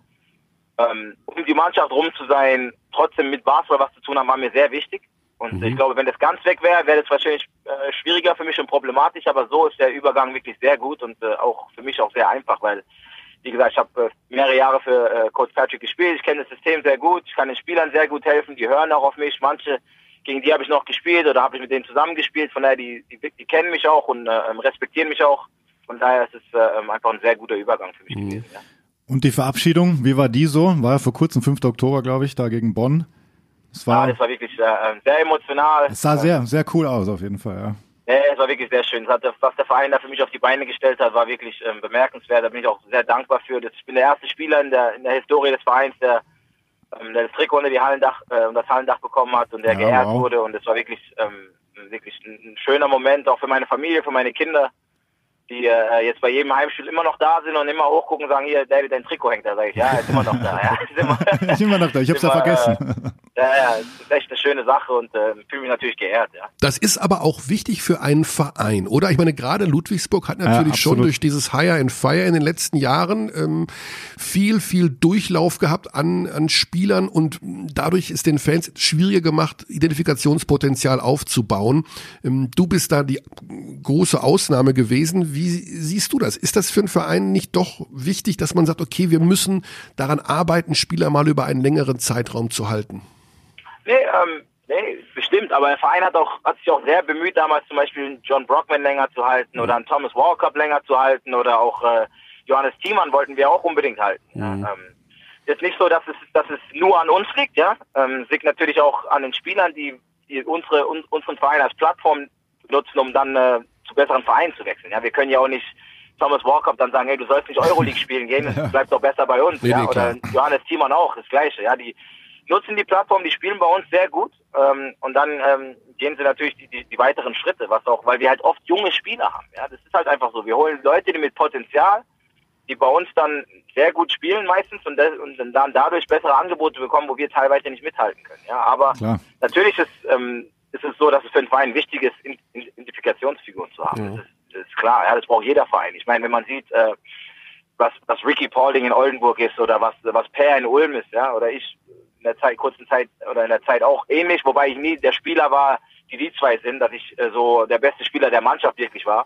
um die Mannschaft rum zu sein, trotzdem mit Basketball was zu tun haben, war mir sehr wichtig. Und ich glaube, wenn das ganz weg wäre, wäre das wahrscheinlich schwieriger für mich und problematisch, aber so ist der Übergang wirklich sehr gut und auch für mich auch sehr einfach, weil, wie gesagt, ich habe mehrere Jahre für Coach Patrick gespielt, ich kenne das System sehr gut, ich kann den Spielern sehr gut helfen, die hören auch auf mich, manche, gegen die habe ich noch gespielt oder habe ich mit denen zusammengespielt, von daher, die kennen mich auch und respektieren mich auch, von daher ist es einfach ein sehr guter Übergang für mich gewesen, ja. Und die Verabschiedung, wie war die so? War ja vor kurzem, 5. Oktober, glaube ich, da gegen Bonn. Das war wirklich sehr emotional. Es sah sehr, sehr cool aus, auf jeden Fall, ja. Ja, es war wirklich sehr schön. Was der Verein da für mich auf die Beine gestellt hat, war wirklich bemerkenswert. Da bin ich auch sehr dankbar für. Ich bin der erste Spieler in der Historie des Vereins, der das Trikot unter das Hallendach bekommen hat und der geehrt wurde. Und es war wirklich ein schöner Moment, auch für meine Familie, für meine Kinder, die jetzt bei jedem Heimspiel immer noch da sind und immer hochgucken und sagen, hier, David, dein Trikot hängt da. Sag ich, ja, ist immer noch da. Ja, ist immer noch da, ich hab's ja vergessen. Ja, es ist echt eine schöne Sache und fühle mich natürlich geehrt, ja. Das ist aber auch wichtig für einen Verein, oder? Ich meine, gerade Ludwigsburg hat natürlich schon durch dieses Hire and Fire in den letzten Jahren viel Durchlauf gehabt an Spielern und dadurch ist den Fans schwieriger gemacht, Identifikationspotenzial aufzubauen. Du bist da die große Ausnahme gewesen. Wie siehst du das? Ist das für einen Verein nicht doch wichtig, dass man sagt, okay, wir müssen daran arbeiten, Spieler mal über einen längeren Zeitraum zu halten? Nee, bestimmt, aber der Verein hat sich auch sehr bemüht, damals zum Beispiel einen John Brockman länger zu halten oder einen Thomas Walkup länger zu halten oder auch Johannes Thiemann wollten wir auch unbedingt halten. Ja. Ist nicht so, dass es nur an uns liegt, ja. Es liegt natürlich auch an den Spielern, die unseren Verein als Plattform nutzen, um dann zu besseren Vereinen zu wechseln. Ja, wir können ja auch nicht Thomas Walkup dann sagen, hey, du sollst nicht Euroleague spielen gehen, bleib doch besser bei uns. Ja? Oder Johannes Thiemann auch, das Gleiche. Ja, die nutzen die Plattform, die spielen bei uns sehr gut und dann gehen sie natürlich die weiteren Schritte, weil wir halt oft junge Spieler haben. Ja, das ist halt einfach so. Wir holen Leute, die mit Potenzial, die bei uns dann sehr gut spielen meistens und dann dadurch bessere Angebote bekommen, wo wir teilweise nicht mithalten können. Ja, aber natürlich ist es so, dass es für einen Verein wichtig ist, Identifikationsfiguren zu haben. Ja. Das ist klar, ja, das braucht jeder Verein. Ich meine, wenn man sieht, was Ricky Paulding in Oldenburg ist oder was Per in Ulm ist, ja, oder ich in der Zeit auch ähnlich, wobei ich nie der Spieler war, die zwei sind, dass ich so der beste Spieler der Mannschaft wirklich war.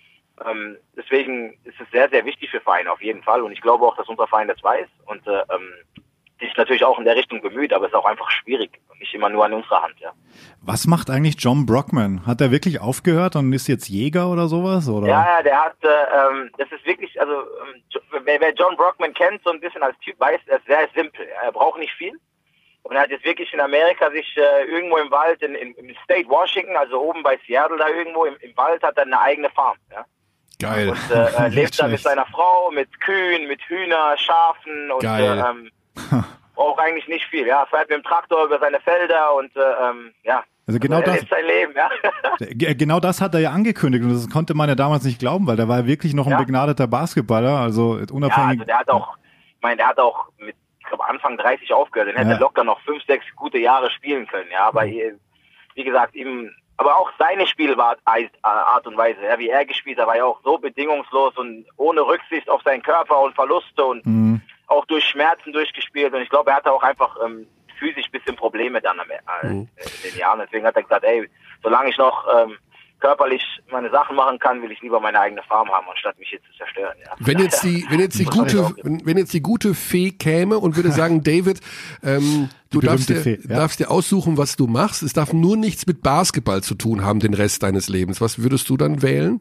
Deswegen ist es sehr, sehr wichtig für Vereine auf jeden Fall und ich glaube auch, dass unser Verein das weiß und sich natürlich auch in der Richtung bemüht, aber es ist auch einfach schwierig und nicht immer nur an unserer Hand. Ja. Was macht eigentlich John Brockman? Hat er wirklich aufgehört und ist jetzt Jäger oder sowas? Oder? Ja, der hat, das ist wirklich, also wer John Brockman kennt, so ein bisschen als Typ, weiß, er ist sehr simpel. Er braucht nicht viel. Und er hat jetzt wirklich in Amerika sich irgendwo im Wald, im State Washington, also oben bei Seattle da irgendwo im Wald, hat er eine eigene Farm. Ja. Geil. Und lebt da mit seiner Frau, mit Kühen, mit Hühner, Schafen und braucht eigentlich nicht viel. Ja, fährt mit dem Traktor über seine Felder und Also genau er lebt sein Leben, ja. Genau das hat er ja angekündigt und das konnte man ja damals nicht glauben, weil der war ja wirklich noch ein begnadeter Basketballer, also unabhängig. Ja, also der hat auch mit, ich glaube, Anfang 30 aufgehört. Dann hätte locker noch 5, 6 gute Jahre spielen können. Ja, aber wie gesagt, aber auch seine Spielart und Weise, ja, wie er gespielt hat, war ja auch so bedingungslos und ohne Rücksicht auf seinen Körper und Verluste und auch durch Schmerzen durchgespielt. Und ich glaube, er hatte auch einfach physisch ein bisschen Probleme dann in den Jahren. Deswegen hat er gesagt, ey, solange ich noch körperlich meine Sachen machen kann, will ich lieber meine eigene Farm haben, anstatt mich hier zu zerstören. Ja. Wenn jetzt die gute Fee käme und würde sagen, David, du darfst dir aussuchen, was du machst. Es darf nur nichts mit Basketball zu tun haben, den Rest deines Lebens. Was würdest du dann wählen?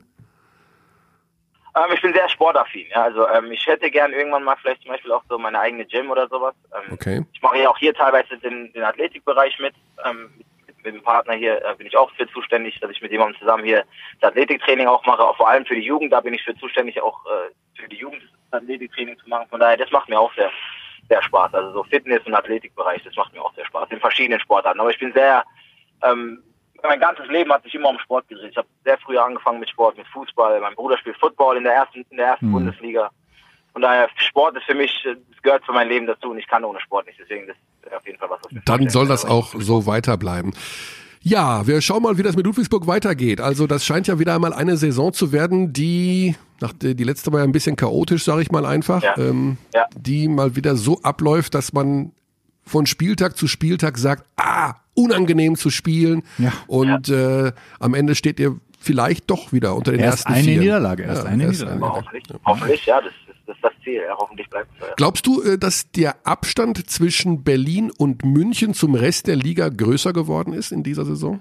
Ich bin sehr sportaffin. Ja. Also ich hätte gern irgendwann mal vielleicht zum Beispiel auch so meine eigene Gym oder sowas. Okay. Ich mache ja auch hier teilweise den Athletikbereich mit dem Partner hier bin ich auch für zuständig, dass ich mit jemandem zusammen hier das Athletiktraining auch mache, auch vor allem für die Jugend, da bin ich für zuständig, auch für die Jugend das Athletiktraining zu machen. Von daher, das macht mir auch sehr, sehr Spaß. Also so Fitness- und Athletikbereich, das macht mir auch sehr Spaß, in verschiedenen Sportarten. Aber ich bin sehr, mein ganzes Leben hat sich immer um Sport gedreht. Ich habe sehr früh angefangen mit Sport, mit Fußball. Mein Bruder spielt Football in der ersten Bundesliga. Von daher, Sport ist für mich, das gehört zu meinem Leben dazu und ich kann ohne Sport nicht. Deswegen, das ist auf jeden Fall was dann soll das auch so weiterbleiben. Ja, wir schauen mal, wie das mit Ludwigsburg weitergeht. Also das scheint ja wieder einmal eine Saison zu werden, die letzte war ja ein bisschen chaotisch, sage ich mal einfach, die mal wieder so abläuft, dass man von Spieltag zu Spieltag sagt, unangenehm zu spielen und am Ende steht ihr vielleicht doch wieder unter den ersten 4. Erst eine Niederlage. Hoffentlich, ja, das ist das Ziel. Ja, hoffentlich bleibt es. Glaubst du, dass der Abstand zwischen Berlin und München zum Rest der Liga größer geworden ist in dieser Saison?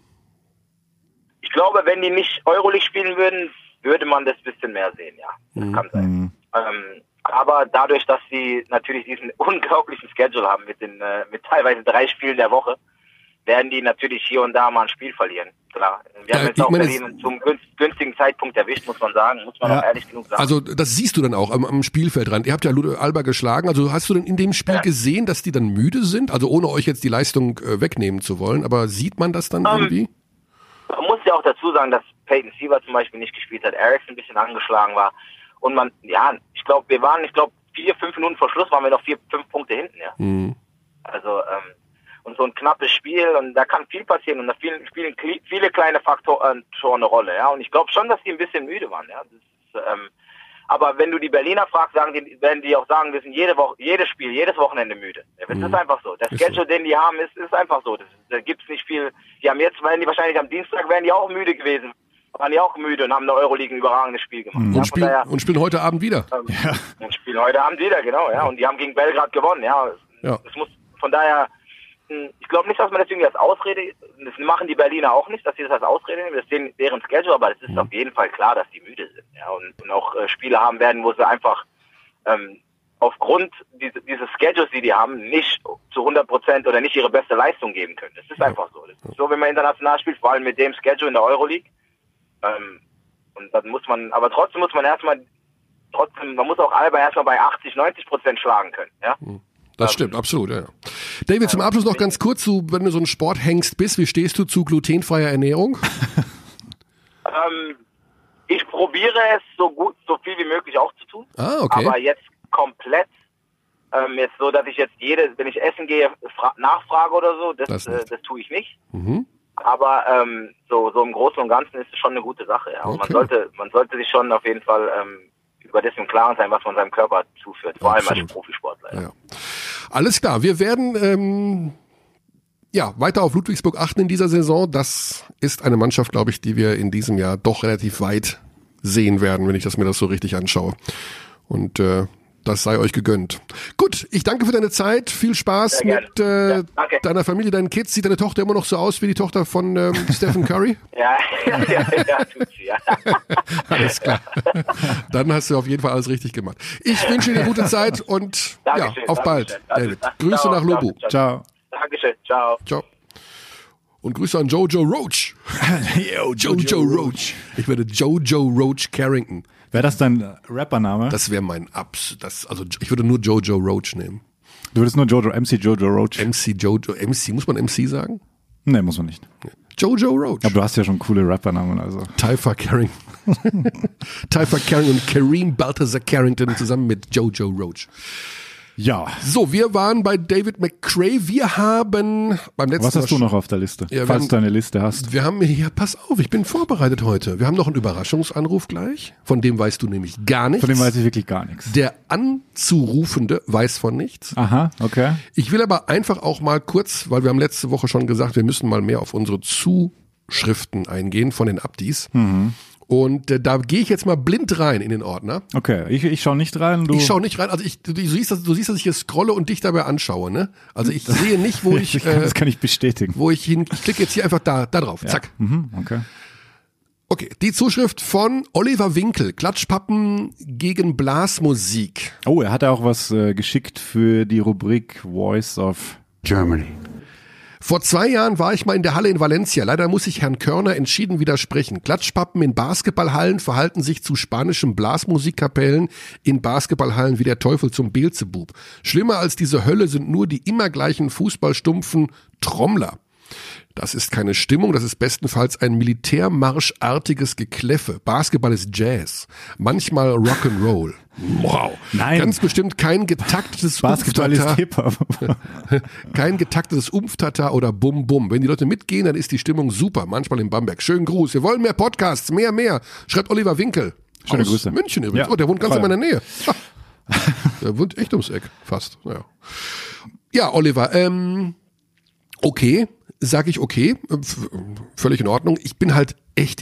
Ich glaube, wenn die nicht Euroleague spielen würden, würde man das ein bisschen mehr sehen, ja. Das kann sein. Aber dadurch, dass sie natürlich diesen unglaublichen Schedule haben mit teilweise 3 Spielen der Woche, werden die natürlich hier und da mal ein Spiel verlieren. Klar. Wir haben jetzt auch Berlin zum günstigen Zeitpunkt erwischt, muss man auch ehrlich genug sagen. Also das siehst du dann auch am Spielfeldrand. Ihr habt ja Ludo Alba geschlagen. Also hast du denn in dem Spiel gesehen, dass die dann müde sind? Also ohne euch jetzt die Leistung wegnehmen zu wollen, aber sieht man das dann irgendwie? Man muss ja auch dazu sagen, dass Peyton Siever zum Beispiel nicht gespielt hat, Erickson ein bisschen angeschlagen war. Und ich glaube, 4-5 Minuten vor Schluss waren wir noch 4-5 Punkte hinten, ja. Also, und so ein knappes Spiel und da kann viel passieren und da spielen viele kleine Faktoren schon eine Rolle, ja. Und ich glaube schon, dass die ein bisschen müde waren, ja. Das ist, aber wenn du die Berliner fragst, werden die auch sagen, wir sind jedes Spiel, jedes Wochenende müde. Das ist einfach so. Der Schedule, den die haben, ist einfach so. Da gibt's nicht viel. Werden die wahrscheinlich am Dienstag wären die auch müde gewesen. Waren die auch müde und haben eine Euroleague ein überragendes Spiel gemacht. Und spielen heute Abend wieder. Und spielen heute Abend wieder, genau, ja. Und die haben gegen Belgrad gewonnen, ja. Das muss, von daher, ich glaube nicht, dass man das irgendwie als Ausrede, das machen die Berliner auch nicht, dass sie das als Ausrede nehmen, das ist deren Schedule, aber es ist auf jeden Fall klar, dass die müde sind, ja. Und auch Spiele haben werden, wo sie einfach, aufgrund dieses Schedules, die haben, nicht zu 100% oder nicht ihre beste Leistung geben können. Das ist einfach so. Das ist so, wenn man international spielt, vor allem mit dem Schedule in der Euroleague, Und dann aber trotzdem muss man man muss auch Alba erstmal bei 80-90% schlagen können, ja. Das stimmt, absolut, ja. David, zum Abschluss noch ganz kurz, wenn du so ein Sporthengst bist, wie stehst du zu glutenfreier Ernährung? Ich probiere es so viel wie möglich auch zu tun. Ah, okay. Aber jetzt komplett, jetzt so, dass ich jetzt wenn ich essen gehe, nachfrage oder so, das tue ich nicht. Mhm. Aber so im Großen und Ganzen ist es schon eine gute Sache, ja. Und okay. man sollte sich schon auf jeden Fall über das im Klaren sein, was man seinem Körper zuführt, vor allem als Profisportler. Ja. Ja. Alles klar, wir werden weiter auf Ludwigsburg achten in dieser Saison. Das ist eine Mannschaft, glaube ich, die wir in diesem Jahr doch relativ weit sehen werden, wenn ich mir das so richtig anschaue. Und das sei euch gegönnt. Gut, ich danke für deine Zeit. Viel Spaß mit deiner Familie, deinen Kids. Sieht deine Tochter immer noch so aus wie die Tochter von Stephen Curry? Ja, tut sie, ja. Alles klar. Dann hast du auf jeden Fall alles richtig gemacht. Ich wünsche dir eine gute Zeit und Dankeschön, auf bald, David. Grüße ciao, nach Lubu. Ciao. Dankeschön, ciao. Ciao. Und Grüße an Jojo Roach. Yo, Jojo Roach. Ich werde Jojo Roach Carrington. Wäre das dein Rappername? Das wäre mein ich würde nur Jojo Roach nehmen. Du würdest nur MC Jojo Roach? MC, muss man MC sagen? Nee, muss man nicht. Jojo Roach. Aber du hast ja schon coole Rappernamen, also. Taifa Carrington. Taifa Carrington und Kareem Balthazar Carrington zusammen mit Jojo Roach. Ja. So, wir waren bei David McRae. Wir haben beim letzten Was hast du noch auf der Liste? Ja, falls du eine Liste hast. Wir haben hier, pass auf, ich bin vorbereitet heute. Wir haben noch einen Überraschungsanruf gleich. Von dem weißt du nämlich gar nichts. Von dem weiß ich wirklich gar nichts. Der Anzurufende weiß von nichts. Aha, okay. Ich will aber einfach auch mal kurz, weil wir haben letzte Woche schon gesagt, wir müssen mal mehr auf unsere Zuschriften eingehen von den Abdis. Mhm. Und da gehe ich jetzt mal blind rein in den Ordner. Okay, ich schaue nicht rein. Ich schaue nicht rein. Also du siehst, dass ich hier scrolle und dich dabei anschaue. Ne? Also ich sehe nicht, wo ich... das kann ich bestätigen. Ich klicke jetzt hier einfach da drauf. Ja. Zack. Mhm, okay. Okay, die Zuschrift von Oliver Winkel. Klatschpappen gegen Blasmusik. Oh, er hat ja auch was geschickt für die Rubrik Voice of Germany. Vor 2 Jahren war ich mal in der Halle in Valencia. Leider muss ich Herrn Körner entschieden widersprechen. Klatschpappen in Basketballhallen verhalten sich zu spanischen Blasmusikkapellen in Basketballhallen wie der Teufel zum Beelzebub. Schlimmer als diese Hölle sind nur die immer gleichen fußballstumpfen Trommler. Das ist keine Stimmung, das ist bestenfalls ein militärmarschartiges Gekläffe. Basketball ist Jazz, manchmal Rock'n'Roll. Wow. Nein. Ganz bestimmt kein getaktetes Basketball ist Hip-Hop. Kein getaktetes Umftata oder Bum-Bum. Wenn die Leute mitgehen, dann ist die Stimmung super. Manchmal in Bamberg. Schönen Gruß. Wir wollen mehr Podcasts, mehr. Schreibt Oliver Winkel. Schöne aus Grüße. München übrigens. Ja, Oh, der wohnt ganz voll. in meiner Nähe. Der wohnt echt ums Eck. Fast. Ja, Oliver, okay. Sag ich okay. Völlig in Ordnung. Ich bin halt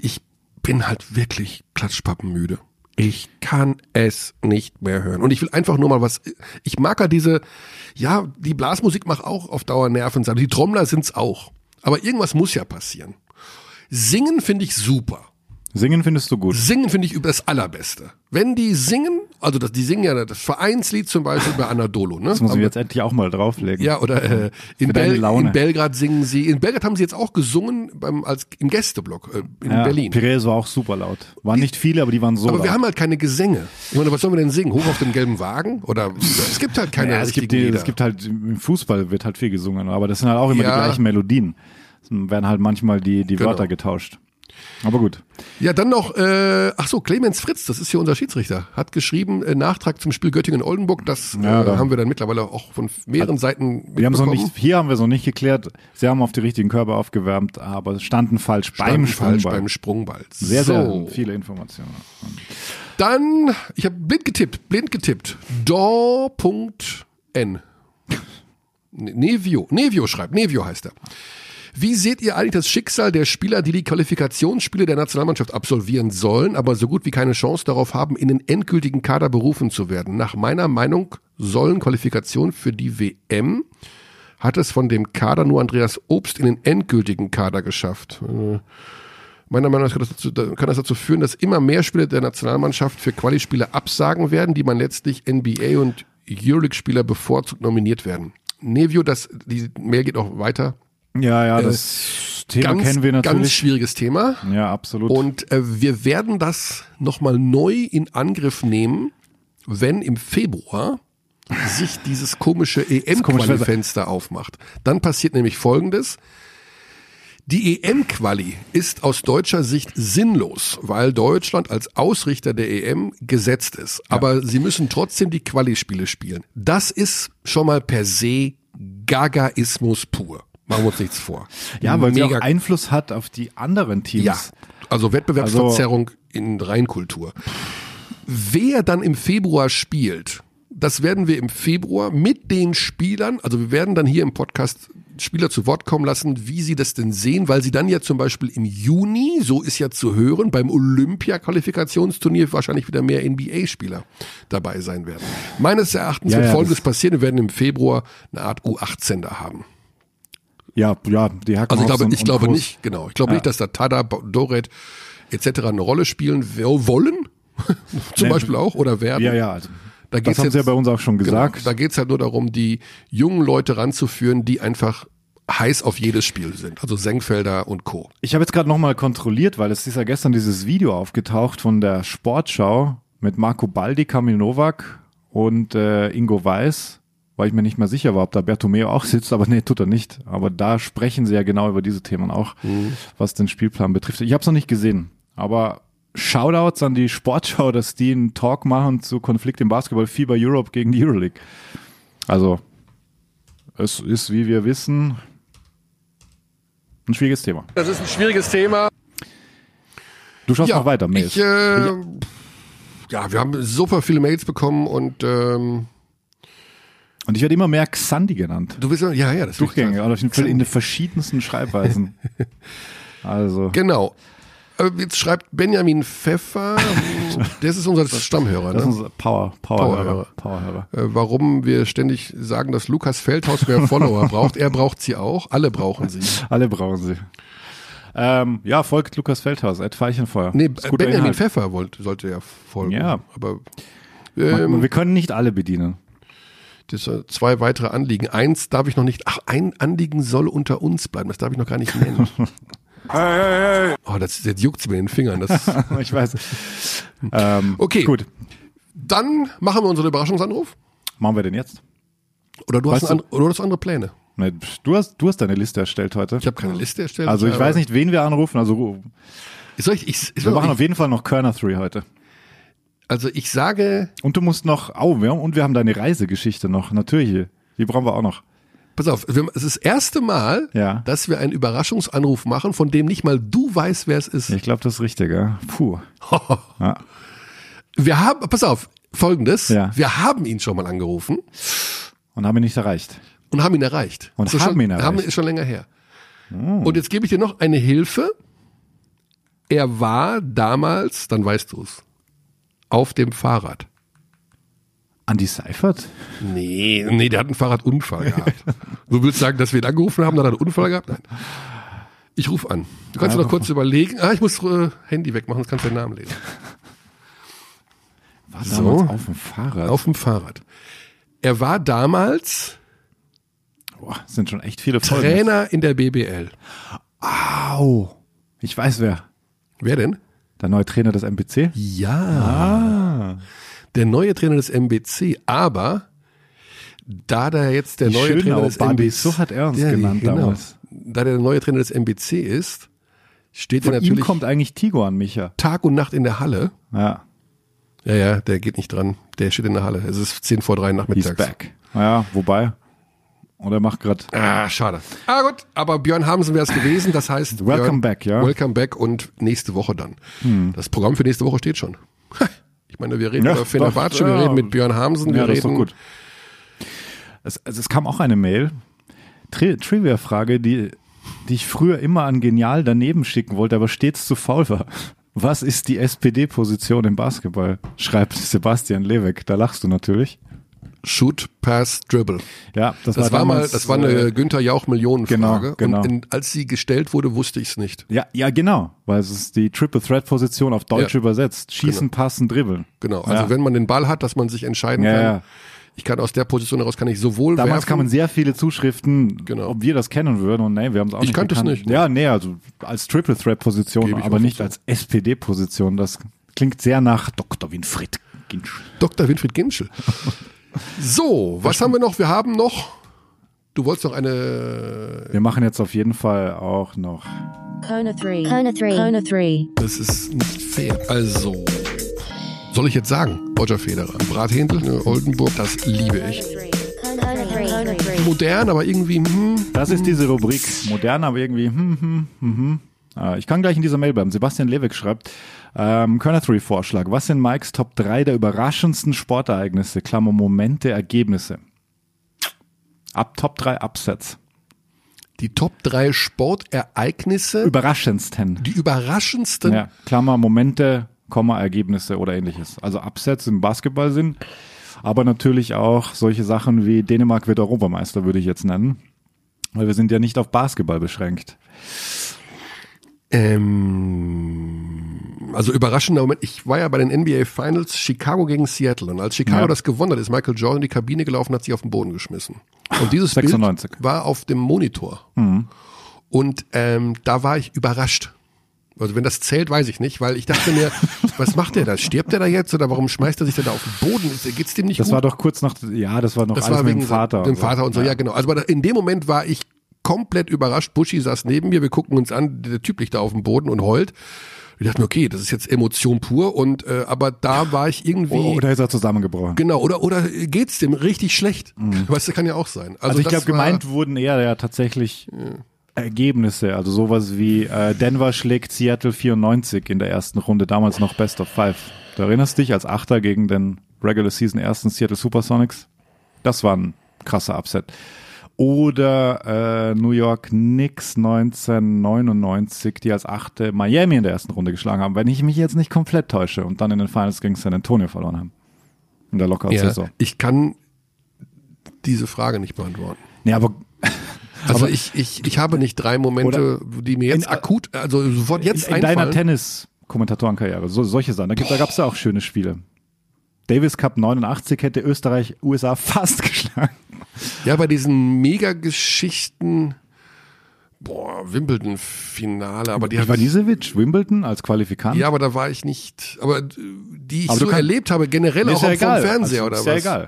wirklich klatschpappenmüde. Ich kann es nicht mehr hören. Und ich will einfach nur mal ich mag ja die Blasmusik macht auch auf Dauer Nerven sein. Die Trommler sind's auch. Aber irgendwas muss ja passieren. Singen finde ich super. Singen findest du gut? Singen finde ich das Allerbeste. Wenn die singen, also die singen ja das Vereinslied zum Beispiel bei Anadolu. Ne? Das muss ich jetzt endlich auch mal drauflegen. Ja, oder in Belgrad singen sie. In Belgrad haben sie jetzt auch gesungen im Gästeblock in Berlin. Pires war auch super laut. Waren nicht viele, aber die waren so laut. Aber wir haben halt keine Gesänge. Ich meine, was sollen wir denn singen? Hoch auf dem gelben Wagen? Oder es gibt halt keine richtigen Lieder. Es gibt halt, im Fußball wird halt viel gesungen, aber das sind halt auch immer die gleichen Melodien. Es werden halt manchmal die Wörter getauscht. Aber gut. Ja, dann noch, Clemens Fritz, das ist hier unser Schiedsrichter, hat geschrieben, Nachtrag zum Spiel Göttingen-Oldenburg, das haben wir dann mittlerweile auch von mehreren Seiten mitbekommen. Hier haben wir es noch nicht geklärt, sie haben auf die richtigen Körper aufgewärmt, aber standen falsch beim Sprungball. Sehr, sehr viele Informationen. Dann, ich habe blind getippt, Dor.n. Nevio schreibt, Nevio heißt er. Wie seht ihr eigentlich das Schicksal der Spieler, die Qualifikationsspiele der Nationalmannschaft absolvieren sollen, aber so gut wie keine Chance darauf haben, in den endgültigen Kader berufen zu werden? Nach meiner Meinung sollen Qualifikationen für die WM, hat es von dem Kader nur Andreas Obst in den endgültigen Kader geschafft. Meiner Meinung nach kann das dazu führen, dass immer mehr Spieler der Nationalmannschaft für Quali-Spiele absagen werden, die man letztlich NBA- und Euroleague-Spieler bevorzugt nominiert werden. Nevio, die Mail geht auch weiter. Ja, das Das Thema kennen wir natürlich. Ganz schwieriges Thema. Ja, absolut. Und wir werden das nochmal neu in Angriff nehmen, wenn im Februar sich dieses komische EM-Quali-Fenster aufmacht. Dann passiert nämlich Folgendes. Die EM-Quali ist aus deutscher Sicht sinnlos, weil Deutschland als Ausrichter der EM gesetzt ist. Aber sie müssen trotzdem die Quali-Spiele spielen. Das ist schon mal per se Gagaismus pur. Machen wir uns nichts vor. Ja, weil sie auch Einfluss hat auf die anderen Teams. Ja, also Wettbewerbsverzerrung in Reinkultur. Wer dann im Februar spielt, das werden wir im Februar mit den Spielern, also wir werden dann hier im Podcast Spieler zu Wort kommen lassen, wie sie das denn sehen, weil sie dann ja zum Beispiel im Juni, so ist ja zu hören, beim Olympia-Qualifikationsturnier wahrscheinlich wieder mehr NBA-Spieler dabei sein werden. Meines Erachtens wird Folgendes passieren, wir werden im Februar eine Art U18 da haben. Ja, die Hacken. Also ich glaube nicht, genau. Ich glaube nicht, dass da Tada, Doret etc. eine Rolle spielen wollen, zum Beispiel auch, oder werden. Ja, also. Das haben sie ja bei uns auch schon gesagt. Genau, da geht's halt nur darum, die jungen Leute ranzuführen, die einfach heiß auf jedes Spiel sind. Also Senkfelder und Co. Ich habe jetzt gerade nochmal kontrolliert, weil es ist ja gestern dieses Video aufgetaucht von der Sportschau mit Marco Baldi, Kamil Novak und Ingo Weiß, weil ich mir nicht mehr sicher war, ob da Bertomeu auch sitzt, aber nee, tut er nicht. Aber da sprechen sie ja genau über diese Themen auch, was den Spielplan betrifft. Ich habe es noch nicht gesehen, aber Shoutouts an die Sportschau, dass die einen Talk machen zu Konflikt im Basketball, FIBA Europe gegen die Euroleague. Also, es ist, wie wir wissen, ein schwieriges Thema. Das ist ein schwieriges Thema. Du schaust noch weiter, Mails. Wir haben super viele Mails bekommen und ich werde immer mehr Xandi genannt. Du bist das Durchgängig, in den verschiedensten Schreibweisen. Also. Genau. Jetzt schreibt Benjamin Pfeffer, das ist unser Stammhörer. Das ist ne? unser Powerhörer. Warum wir ständig sagen, dass Lukas Feldhaus mehr Follower braucht. Er braucht sie auch. Alle brauchen sie. Alle brauchen sie. Folgt Lukas Feldhaus, @Veilchenfeuer. Nee, Benjamin Pfeffer sollte ja folgen. Ja. Aber wir können nicht alle bedienen. Das sind 2 weitere Anliegen. Eins darf ich noch nicht. Ein Anliegen soll unter uns bleiben. Das darf ich noch gar nicht nennen. Hey. Oh, jetzt juckt's mir in den Fingern. Ich weiß. Okay. Gut. Dann machen wir unseren Überraschungsanruf. Machen wir den jetzt? Oder du hast andere Pläne? Nee, du hast deine Liste erstellt heute. Ich habe keine Liste erstellt. Also ich weiß nicht, wen wir anrufen. Also wir machen auf jeden Fall noch Körner 3 heute. Also ich sage... Und du musst noch... wir haben deine Reisegeschichte noch. Natürlich. Die brauchen wir auch noch. Pass auf, es ist das erste Mal, dass wir einen Überraschungsanruf machen, von dem nicht mal du weißt, wer es ist. Ich glaube, das ist richtig, ja. Puh. Ja. Wir haben, pass auf, Folgendes. Ja. Wir haben ihn schon mal angerufen. Und haben ihn nicht erreicht. Und haben ihn erreicht. Ist schon länger her. Oh. Und jetzt gebe ich dir noch eine Hilfe. Er war damals, dann weißt du es, auf dem Fahrrad. Andy Seifert? Nee, der hat einen Fahrradunfall gehabt. Du willst sagen, dass wir ihn angerufen haben, dann hat er einen Unfall gehabt? Nein. Ich rufe an. Du kannst dir noch kurz überlegen. Ich muss Handy wegmachen, sonst kannst du den Namen lesen. War damals auf dem Fahrrad? Auf dem Fahrrad. Er war damals sind schon echt viele Folgen. Trainer in der BBL. Au. Ich weiß wer. Wer denn? Der neue Trainer des MBC? Ja. Der neue Trainer des MBC, aber da der jetzt der neue Trainer des MBC, so hat er uns genannt damals. Da der neue Trainer des MBC ist, steht er natürlich. Von ihm kommt eigentlich Tigo an Micha. Tag und Nacht in der Halle. Ja. Ja, der geht nicht dran. Der steht in der Halle. Es ist 2:50 nachmittags. He's back. Ja, wobei. Und er macht gerade. Schade. Gut, aber Björn Hamsen wäre es gewesen. Das heißt, Welcome back, ja. Welcome back und nächste Woche dann. Das Programm für nächste Woche steht schon. Ich meine, wir reden über Fenerbahce, wir reden mit Björn Hamsen, wir reden. Das ist doch gut. Es kam auch eine Mail, Trivia-Frage, die ich früher immer an Genial daneben schicken wollte, aber stets zu faul war. Was ist die SPD-Position im Basketball? Schreibt Sebastian Lewek. Da lachst du natürlich. Shoot, Pass, Dribble. Ja, das war eine Günther Jauch-Millionenfrage. Genau. Und als sie gestellt wurde, wusste ich es nicht. Ja, genau. Weil es ist die Triple-Threat-Position auf Deutsch übersetzt. Schießen, passen, dribbeln. Genau. Also wenn man den Ball hat, dass man sich entscheiden kann. Ich kann aus der Position heraus sowohl Damals werfen. kamen sehr viele Zuschriften, Genau. ob wir das kennen würden und nee, wir haben es auch Ich nicht kannte es gekannt. nicht. Ja, nee, also als Triple Threat Position, Gebe ich aber offen nicht zu. als SPD-Position. Das klingt sehr nach Dr. Winfried Ginsch. Dr. Winfried Ginschel. So, was haben wir noch? Wir haben noch, du wolltest noch eine, Wir machen jetzt auf jeden Fall auch noch. Kona 3. Kona 3. Kona 3. das ist nicht fair. Also, soll ich jetzt sagen, Roger Federer, Brathändel, Oldenburg, das liebe ich. Kona 3. Kona 3. Modern, aber irgendwie, Das ist diese Rubrik. Modern, aber irgendwie, Ich kann gleich in dieser Mail bleiben. Sebastian Lewig schreibt, Kona 3 Vorschlag. Was sind Mikes Top 3 der überraschendsten Sportereignisse? Klammer, Momente, Ergebnisse. Top 3 Upsets. die Top 3 Sportereignisse, Überraschendsten. die überraschendsten. Ja, Klammer, Momente, Komma, Ergebnisse oder ähnliches. Also Upsets im Basketball aber natürlich auch solche Sachen wie Dänemark wird Europameister, würde ich jetzt nennen. Weil wir sind ja nicht auf Basketball beschränkt. Also überraschender Moment, ich war ja bei den NBA Finals Chicago gegen Seattle und als Chicago das gewonnen hat, ist Michael Jordan in die Kabine gelaufen, hat sich auf den Boden geschmissen. Und dieses 96. Bild war auf dem Monitor. Und da war ich überrascht. Also wenn das zählt, weiß ich nicht, weil ich dachte mir, was macht der da? Stirbt der da jetzt oder warum schmeißt er sich denn da auf den Boden? Geht's dem nicht Das gut? war doch kurz nach, das war noch Das alles war mit wegen dem Vater. dem Vater und so, ja genau. Also in dem Moment war ich komplett überrascht. Buschi saß neben mir, wir gucken uns an, der Typ liegt da auf dem Boden und heult. Ich dachte mir, okay, das ist jetzt Emotion pur und aber da war ich irgendwie Oder ist er zusammengebrochen? genau oder geht's dem richtig schlecht? Weißt du, kann ja auch sein. Also ich das glaube, gemeint wurden eher ja tatsächlich Ergebnisse, also sowas wie Denver schlägt Seattle 94 in der ersten Runde, damals noch Best of 5. Du erinnerst dich, als Achter gegen den Regular Season ersten Seattle Supersonics? Das war ein krasser Upset. Oder New York Knicks 1999, die als Achte Miami in der ersten Runde geschlagen haben, wenn ich mich jetzt nicht komplett täusche und dann in den Finals gegen San Antonio verloren haben. In der Lockout-Saison. ich kann diese Frage nicht beantworten. Nee, aber Also ich habe nicht 3 Momente, die mir jetzt akut, also sofort jetzt in deiner einfallen. Tennis-Kommentatorenkarriere, solche Sachen, da gab es ja auch schöne Spiele. Davis Cup 89 hätte Österreich USA fast geschlagen. Ja, bei diesen Mega-Geschichten, Wimbledon-Finale, aber die hat Ivanisevic, Wimbledon als Qualifikant? ja, aber da war ich nicht, aber die ich Aber du so kannst- erlebt habe, generell ist auch ja vom egal. Fernseher Also, oder ist was. ja egal.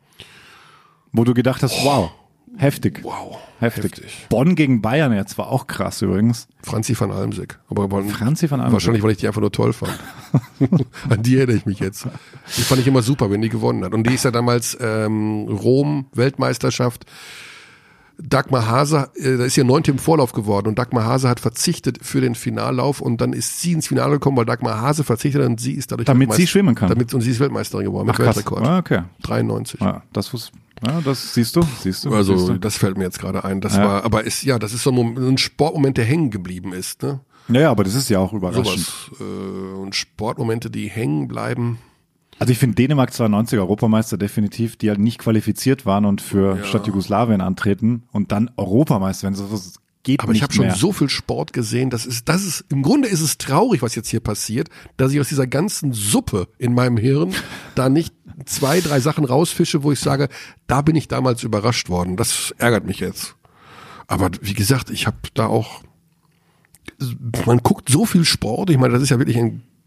Wo du gedacht hast, wow, heftig. Wow, Heftig. heftig. Bonn gegen Bayern jetzt war auch krass übrigens. Franzi van Almsick. Aber Franzi van Almsick. wahrscheinlich, weil ich die einfach nur toll fand. An die erinnere ich mich jetzt. Die fand ich immer super, wenn die gewonnen hat. Und die ist ja damals Rom, Weltmeisterschaft. Dagmar Hase, da ist ja 9. im Vorlauf geworden und Dagmar Hase hat verzichtet für den Finallauf und dann ist sie ins Finale gekommen, weil Dagmar Hase verzichtet hat und sie ist dadurch Damit sie schwimmen kann. und sie ist Weltmeisterin geworden mit Krass. Weltrekord. Ah, okay. 93. Ja, das siehst du. Also Siehst du. das fällt mir jetzt gerade ein. Das Ja. war, aber das ist so ein Sportmoment, der hängen geblieben ist. Ne? Ja, aber das ist ja auch überraschend. Sowas. Und Sportmomente, die hängen bleiben. Also ich finde Dänemark 92 Europameister definitiv, die halt nicht qualifiziert waren und für statt Jugoslawien antreten und dann Europameister, wenn sowas geht Aber nicht ich habe schon mehr. so viel Sport gesehen, im Grunde ist es traurig, was jetzt hier passiert, dass ich aus dieser ganzen Suppe in meinem Hirn da nicht 2, 3 Sachen rausfische, wo ich sage, da bin ich damals überrascht worden. Das ärgert mich jetzt. Aber wie gesagt, ich habe da auch, man guckt so viel Sport, ich meine, das ist ja wirklich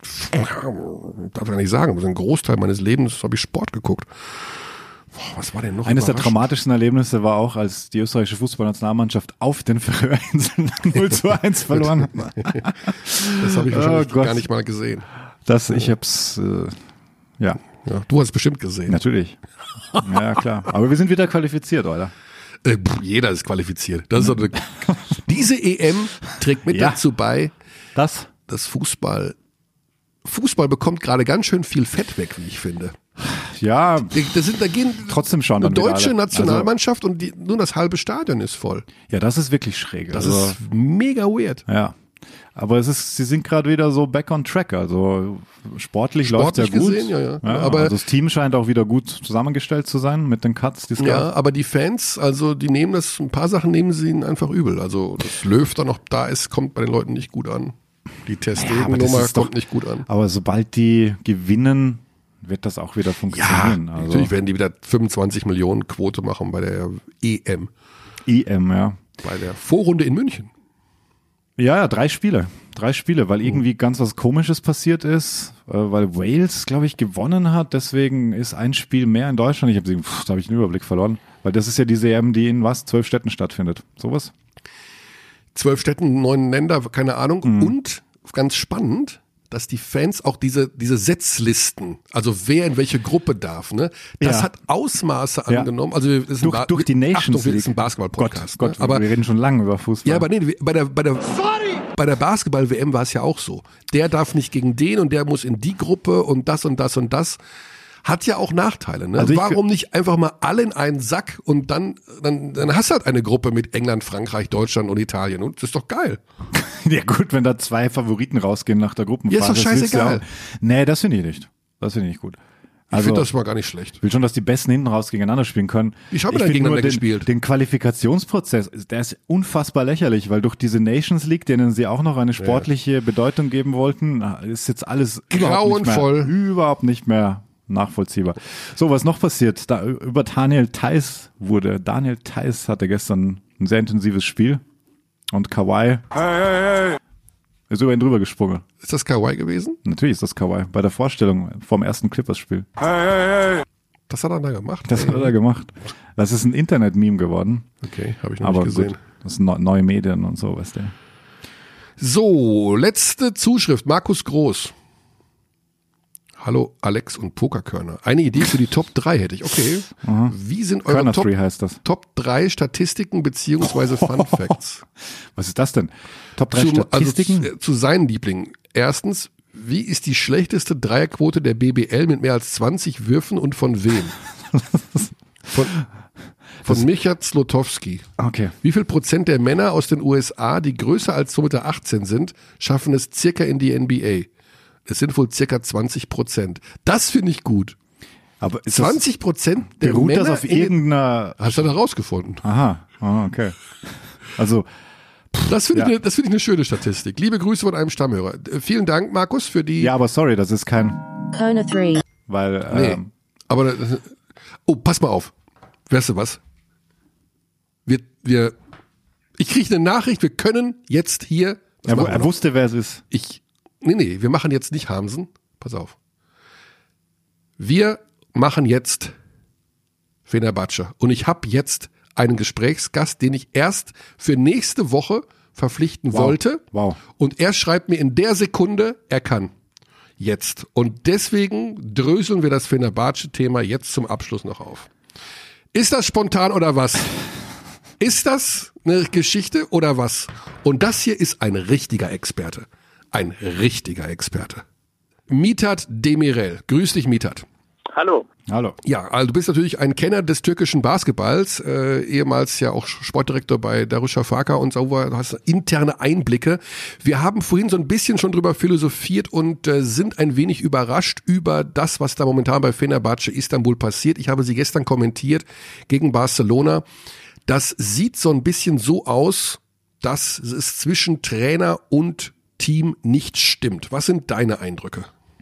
darf ich gar nicht sagen, ein Großteil meines Lebens habe ich Sport geguckt. Was war denn noch Eines der überraschend? traumatischsten Erlebnisse war auch, als die österreichische Fußballnationalmannschaft auf den Färöerinseln 0:1 verloren hat. Das habe ich wahrscheinlich Gott. gar nicht mal gesehen. Ich hab's, ja, Ja, du hast es bestimmt gesehen. natürlich. Ja, klar. Aber wir sind wieder qualifiziert, oder? Jeder ist qualifiziert. Das ist diese EM trägt mit Ja. dazu bei, Das? dass Fußball bekommt gerade ganz schön viel Fett weg, wie ich finde. Ja, Da gehen trotzdem schon eine dann wieder deutsche alle. Nationalmannschaft und nur das halbe Stadion ist voll. Ja, das ist wirklich schräg. Das ist mega weird. Ja. Aber sie sind gerade wieder so back on track. Also sportlich läuft ja gut. gesehen, ja. Aber also das Team scheint auch wieder gut zusammengestellt zu sein mit den Cuts, die es ja, gab. aber die Fans, also die nehmen das, ein paar Sachen nehmen sie ihnen einfach übel. Also dass Löw da noch da ist, kommt bei den Leuten nicht gut an. Die aber das Testegen-Nummer ist doch- kommt nicht gut an. Aber sobald die gewinnen, wird das auch wieder funktionieren. Ja, natürlich werden die wieder 25 Millionen Quote machen bei der EM. EM, ja. Bei der Vorrunde in München. Ja, 3 Spiele, weil irgendwie ganz was Komisches passiert ist, weil Wales, glaube ich, gewonnen hat, deswegen ist ein Spiel mehr in Deutschland. Da habe ich den Überblick verloren, weil das ist ja diese EM, die in 12 Städten stattfindet, sowas. 12 Städten, 9 Länder, keine Ahnung. Und ganz spannend, dass die Fans auch diese Setzlisten, also wer in welche Gruppe darf, ne, das hat Ausmaße angenommen. Also das ist durch die Nations League. Das ist ein Basketball-Podcast. Gott, aber wir reden schon lange über Fußball. Ja, aber nee, bei der Basketball-WM war es ja auch so. Der darf nicht gegen den und der muss in die Gruppe und das und das und das. Hat ja auch Nachteile, ne? Also warum nicht einfach mal alle in einen Sack und dann hast du halt eine Gruppe mit England, Frankreich, Deutschland und Italien und das ist doch geil. Ja gut, wenn da 2 Favoriten rausgehen nach der Gruppenphase. Ja, ist doch scheißegal. Nee, das finde ich nicht. Das finde ich nicht gut. Ich finde das mal gar nicht schlecht. Ich will schon, dass die Besten hinten raus gegeneinander spielen können. Ich habe dann gegeneinander gespielt. Den Qualifikationsprozess, der ist unfassbar lächerlich, weil durch diese Nations League, denen sie auch noch eine sportliche Bedeutung geben wollten, ist jetzt alles überhaupt nicht mehr nachvollziehbar. So, was noch passiert? Über Daniel Theis hatte gestern ein sehr intensives Spiel und Kawhi ist über ihn drüber gesprungen. Ist das Kawhi gewesen? Natürlich ist das Kawhi. Bei der Vorstellung vom ersten Clippers-Spiel. Das hat er da gemacht? Das hat er gemacht. Das ist ein Internet-Meme geworden. Okay, habe ich noch nicht gesehen. Gut, das sind neue Medien und so, weißt du. So, letzte Zuschrift. Markus Groß. Hallo Alex und Pokerkörner. Eine Idee für die Top 3 hätte ich. Okay. Aha. Wie sind eure Top 3 Statistiken beziehungsweise Fun Facts? Was ist das denn? Top 3 Statistiken? Also zu seinen Lieblingen. Erstens, wie ist die schlechteste Dreierquote der BBL mit mehr als 20 Würfen und von wem? Von Micha Zlotowski. Okay. Wie viel Prozent der Männer aus den USA, die größer als 2,18 Meter sind, schaffen es circa in die NBA? Es sind wohl circa 20%. Das finde ich gut. Aber 20% der beruht Männer das auf irgendeiner... Hast du da rausgefunden? Aha, okay. Also... Das finde ich eine schöne Statistik. Liebe Grüße von einem Stammhörer. Vielen Dank, Markus, für die... Ja, aber sorry, das ist kein... Kona 3. Weil... Nee, aber... Oh, pass mal auf. Weißt du was? Ich kriege eine Nachricht, wir können jetzt hier... Er wusste, wer es ist. Nee, wir machen jetzt nicht Hamsen. Pass auf. Wir machen jetzt Fenerbahce. Und ich habe jetzt einen Gesprächsgast, den ich erst für nächste Woche verpflichten wollte. Wow. Und er schreibt mir in der Sekunde, er kann. Jetzt. Und deswegen dröseln wir das Fenerbahce-Thema jetzt zum Abschluss noch auf. Ist das spontan oder was? Ist das eine Geschichte oder was? Und das hier ist ein richtiger Experte. Ein richtiger Experte. Mithat Demirel. Grüß dich, Mithat. Hallo. Ja, also du bist natürlich ein Kenner des türkischen Basketballs, ehemals ja auch Sportdirektor bei Darüşşafaka und so, du hast interne Einblicke. Wir haben vorhin so ein bisschen schon drüber philosophiert und sind ein wenig überrascht über das, was da momentan bei Fenerbahce Istanbul passiert. Ich habe sie gestern kommentiert gegen Barcelona. Das sieht so ein bisschen so aus, dass es zwischen Trainer und Team nicht stimmt. Was sind deine Eindrücke?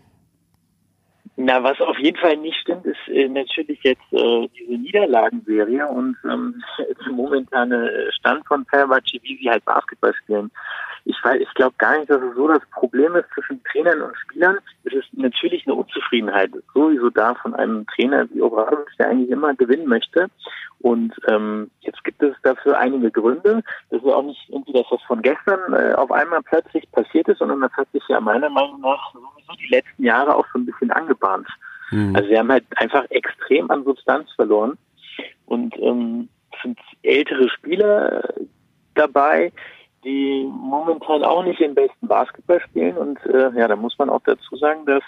Na, was auf jeden Fall nicht stimmt, ist natürlich jetzt diese Niederlagenserie und der momentane Stand von Fenerbahce, wie sie halt Basketball spielen. Ich glaube gar nicht, dass es so das Problem ist zwischen Trainern und Spielern. Es ist natürlich eine Unzufriedenheit sowieso da von einem Trainer wie Obradovic, der eigentlich immer gewinnen möchte. Und jetzt gibt es dafür einige Gründe. Das ist auch nicht irgendwie, dass das von gestern auf einmal plötzlich passiert ist, sondern das hat sich ja meiner Meinung nach sowieso die letzten Jahre auch so ein bisschen angebahnt. Also wir haben halt einfach extrem an Substanz verloren und sind ältere Spieler dabei, die momentan auch nicht den besten Basketball spielen. Und da muss man auch dazu sagen, dass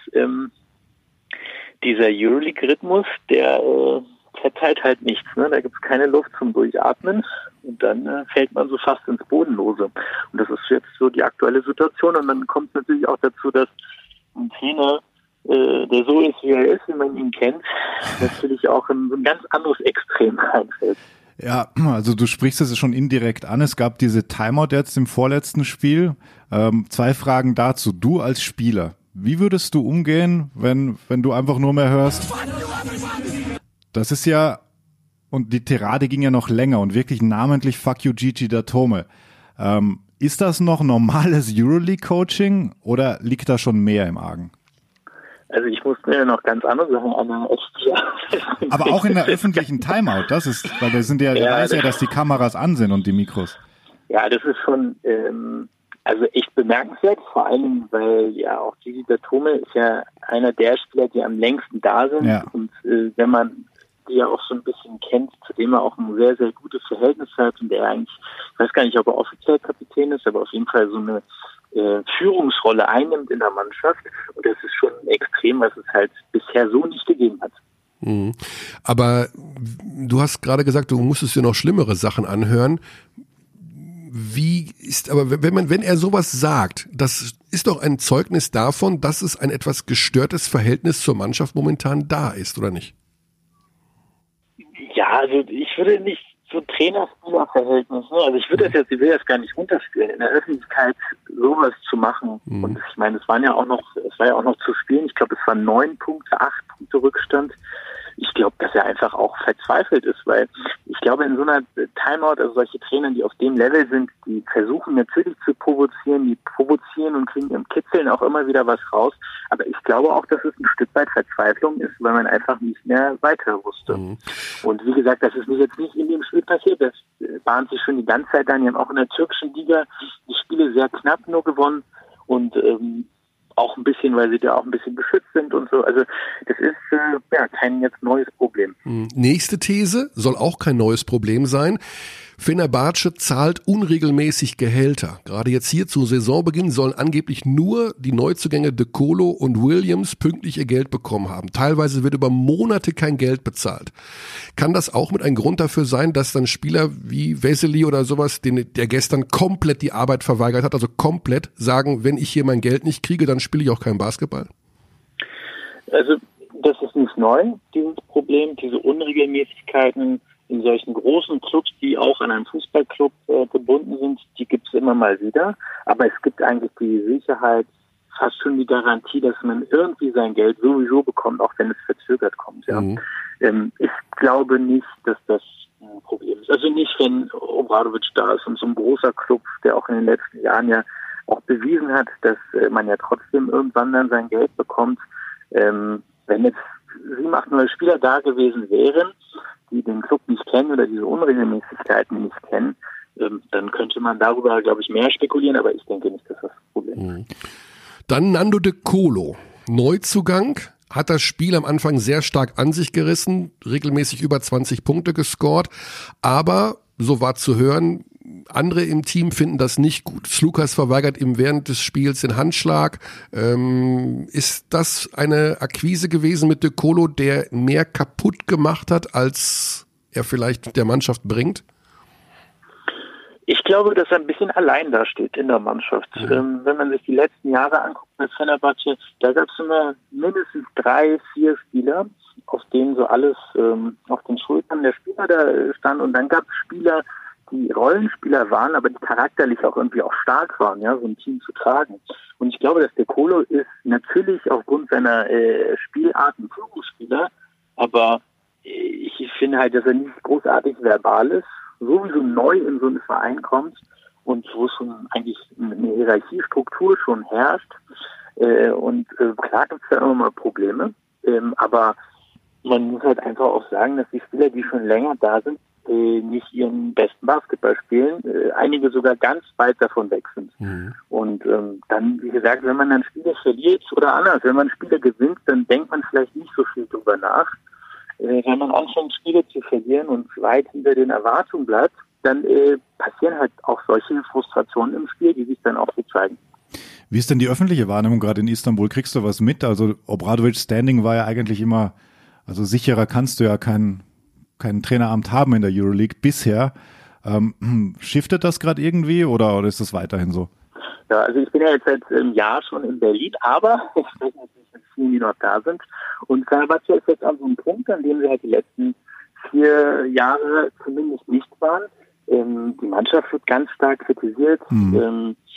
dieser Euroleague-Rhythmus, der verteilt halt nichts. Ne? Da gibt es keine Luft zum Durchatmen und dann fällt man so fast ins Bodenlose. Und das ist jetzt so die aktuelle Situation. Und dann kommt es natürlich auch dazu, dass ein Trainer, der so ist, wie er ist, wie man ihn kennt, natürlich auch in so ein ganz anderes Extrem reinfällt. Ja, also du sprichst es schon indirekt an. Es gab diese Timeout jetzt im vorletzten Spiel. 2 Fragen dazu. Du als Spieler, Wie würdest du umgehen, wenn du einfach nur mehr hörst? Das ist ja, und die Tirade ging ja noch länger und wirklich namentlich Fuck you Gigi Datome. Ist das noch normales Euroleague-Coaching oder liegt da schon mehr im Argen? Also ich muss mir noch ganz andere Sachen anhören. Aber auch in der öffentlichen Timeout, das ist, weil da sind ja, der weiß ja, dass die Kameras an sind und die Mikros. Ja, das ist schon also echt bemerkenswert, vor allem, weil ja auch Gigi Datome ist ja einer der Spieler, die am längsten da sind. Ja. Und wenn man die ja auch so ein bisschen kennt, zu dem er auch ein sehr, sehr gutes Verhältnis hat und der eigentlich, ich weiß gar nicht, ob er offiziell Kapitän ist, aber auf jeden Fall so eine Führungsrolle einnimmt in der Mannschaft. Und das ist schon extrem, was es halt bisher so nicht gegeben hat. Mhm. Aber du hast gerade gesagt, du musstest dir noch schlimmere Sachen anhören. Wie ist, aber wenn er sowas sagt, das ist doch ein Zeugnis davon, dass es ein etwas gestörtes Verhältnis zur Mannschaft momentan da ist, oder nicht? Ja, also ich würde nicht so Trainer-Spieler-Verhältnis, ne? Also ich will das gar nicht runterspielen, in der Öffentlichkeit sowas zu machen. Und ich meine, es war ja auch noch zu spielen. Ich glaube, es waren 9 Punkte, 8 Punkte Rückstand. Ich glaube, dass er einfach auch verzweifelt ist, weil ich glaube, in so einer Timeout, also solche Trainer, die auf dem Level sind, die versuchen natürlich zu provozieren, die provozieren und kriegen im Kitzeln auch immer wieder was raus. Aber ich glaube auch, dass es ein Stück weit Verzweiflung ist, weil man einfach nicht mehr weiter wusste. Mhm. Und wie gesagt, das ist jetzt nicht in dem Spiel passiert. Das bahnt sich schon die ganze Zeit an. Die haben auch in der türkischen Liga die Spiele sehr knapp nur gewonnen und auch ein bisschen, weil sie da auch ein bisschen beschützt sind und so. Also das ist kein jetzt neues Problem. Nächste These soll auch kein neues Problem sein. Fenerbahce zahlt unregelmäßig Gehälter. Gerade jetzt hier zu Saisonbeginn sollen angeblich nur die Neuzugänge De Colo und Williams pünktlich ihr Geld bekommen haben. Teilweise wird über Monate kein Geld bezahlt. Kann das auch mit ein Grund dafür sein, dass dann Spieler wie Vesely oder sowas, der gestern komplett die Arbeit verweigert hat, also komplett sagen, wenn ich hier mein Geld nicht kriege, dann spiele ich auch keinen Basketball? Also das ist nicht neu, dieses Problem, diese Unregelmäßigkeiten in solchen großen Clubs, die auch an einen Fußballclub gebunden sind, die gibt es immer mal wieder. Aber es gibt eigentlich die Sicherheit, fast schon die Garantie, dass man irgendwie sein Geld sowieso bekommt, auch wenn es verzögert kommt. Ja. Ich glaube nicht, dass das ein Problem ist. Also nicht, wenn Obradovic da ist und so ein großer Club, der auch in den letzten Jahren ja auch bewiesen hat, dass man ja trotzdem irgendwann dann sein Geld bekommt. Wenn jetzt 7, 8 neue Spieler da gewesen wären, die den Club nicht kennen oder diese Unregelmäßigkeiten nicht kennen, dann könnte man darüber, glaube ich, mehr spekulieren, aber ich denke nicht, dass das Problem ist. Dann Nando De Colo, Neuzugang, hat das Spiel am Anfang sehr stark an sich gerissen, regelmäßig über 20 Punkte gescored, aber, so war zu hören, andere im Team finden das nicht gut. Slukas verweigert ihm während des Spiels den Handschlag. Ist das eine Akquise gewesen mit De Colo, der mehr kaputt gemacht hat, als er vielleicht der Mannschaft bringt? Ich glaube, dass er ein bisschen allein da steht in der Mannschaft. Wenn man sich die letzten Jahre anguckt bei Fenerbahce, da gab es immer mindestens 3, 4 Spieler, auf denen so alles auf den Schultern der Spieler da stand. Und dann gab es Spieler, die Rollenspieler waren, aber die charakterlich auch irgendwie auch stark waren, ja, so ein Team zu tragen. Und ich glaube, dass De Colo ist natürlich aufgrund seiner Spielart ein Führungsspieler, aber ich finde halt, dass er nicht großartig verbal ist, sowieso neu in so einen Verein kommt und wo schon eigentlich eine Hierarchiestruktur schon herrscht. Klar gibt es da immer mal Probleme, aber man muss halt einfach auch sagen, dass die Spieler, die schon länger da sind, nicht ihren besten Basketball spielen, einige sogar ganz weit davon weg sind. Und dann, wie gesagt, wenn man dann Spiele verliert oder anders, wenn man Spiele gewinnt, dann denkt man vielleicht nicht so viel drüber nach. Wenn man anfängt, Spiele zu verlieren und weit hinter den Erwartungen bleibt, dann passieren halt auch solche Frustrationen im Spiel, die sich dann auch so zeigen. Wie ist denn die öffentliche Wahrnehmung gerade in Istanbul? Kriegst du was mit? Also Obradovic Standing war ja eigentlich immer, also sicherer kannst du ja kein Traineramt haben in der Euroleague bisher. Shiftet das gerade irgendwie oder ist das weiterhin so? Ja, also ich bin ja jetzt seit einem Jahr schon in Berlin, aber ich spreche natürlich mit vielen, die noch da sind. Und Fenerbahce ist jetzt an so einem Punkt, an dem sie halt die letzten 4 Jahre zumindest nicht waren. Die Mannschaft wird ganz stark kritisiert.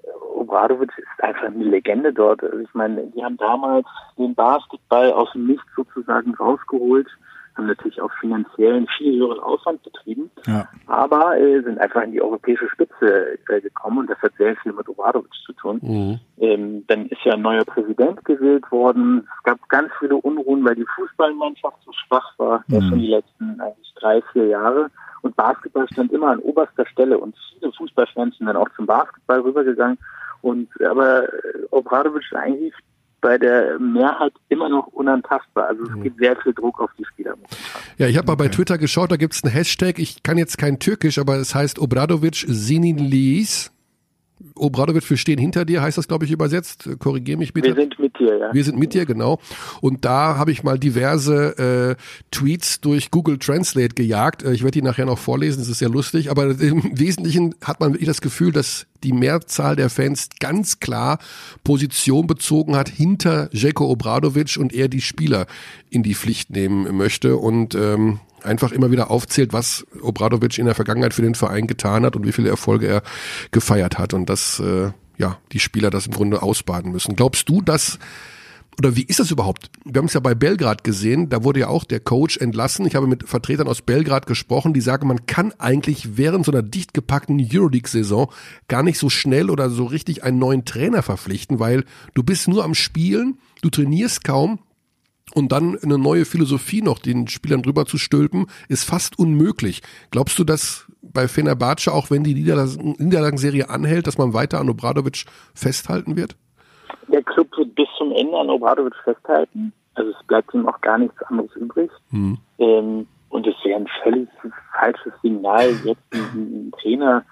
Obradović ist einfach eine Legende dort. Also ich meine, die haben damals den Basketball aus dem Nichts sozusagen rausgeholt, haben natürlich auch finanziell einen viel höheren Aufwand betrieben, aber sind einfach in die europäische Spitze gekommen und das hat sehr viel mit Obradović zu tun. Dann ist ja ein neuer Präsident gewählt worden. Es gab ganz viele Unruhen, weil die Fußballmannschaft so schwach war, schon die letzten eigentlich 3-4 Jahre. Und Basketball stand immer an oberster Stelle und viele Fußballfans sind dann auch zum Basketball rübergegangen. Aber Obradović ist eigentlich bei der Mehrheit immer noch unantastbar. Also es gibt sehr viel Druck auf die Spieler. Ja, ich habe mal bei Twitter geschaut, da gibt es einen Hashtag, ich kann jetzt kein Türkisch, aber es heißt Obradović Sinirliyiz. Obradović, wir stehen hinter dir, heißt das, glaube ich, übersetzt. Korrigier mich bitte. Wir sind mit dir, ja. Wir sind mit dir, genau. Und da habe ich mal diverse Tweets durch Google Translate gejagt. Ich werde die nachher noch vorlesen, das ist sehr lustig. Aber im Wesentlichen hat man wirklich das Gefühl, dass die Mehrzahl der Fans ganz klar Position bezogen hat hinter Željko Obradović und er die Spieler in die Pflicht nehmen möchte und einfach immer wieder aufzählt, was Obradović in der Vergangenheit für den Verein getan hat und wie viele Erfolge er gefeiert hat und dass die Spieler das im Grunde ausbaden müssen. Glaubst du, oder wie ist das überhaupt? Wir haben es ja bei Belgrad gesehen, da wurde ja auch der Coach entlassen. Ich habe mit Vertretern aus Belgrad gesprochen, die sagen, man kann eigentlich während so einer dicht gepackten Euroleague-Saison gar nicht so schnell oder so richtig einen neuen Trainer verpflichten, weil du bist nur am Spielen, du trainierst kaum. Und dann eine neue Philosophie noch den Spielern drüber zu stülpen, ist fast unmöglich. Glaubst du, dass bei Fenerbahce, auch wenn die Niederlagenserie anhält, dass man weiter an Obradović festhalten wird? Der Club wird bis zum Ende an Obradović festhalten. Also es bleibt ihm auch gar nichts anderes übrig. Und es wäre ein völlig falsches Signal, jetzt einen Trainer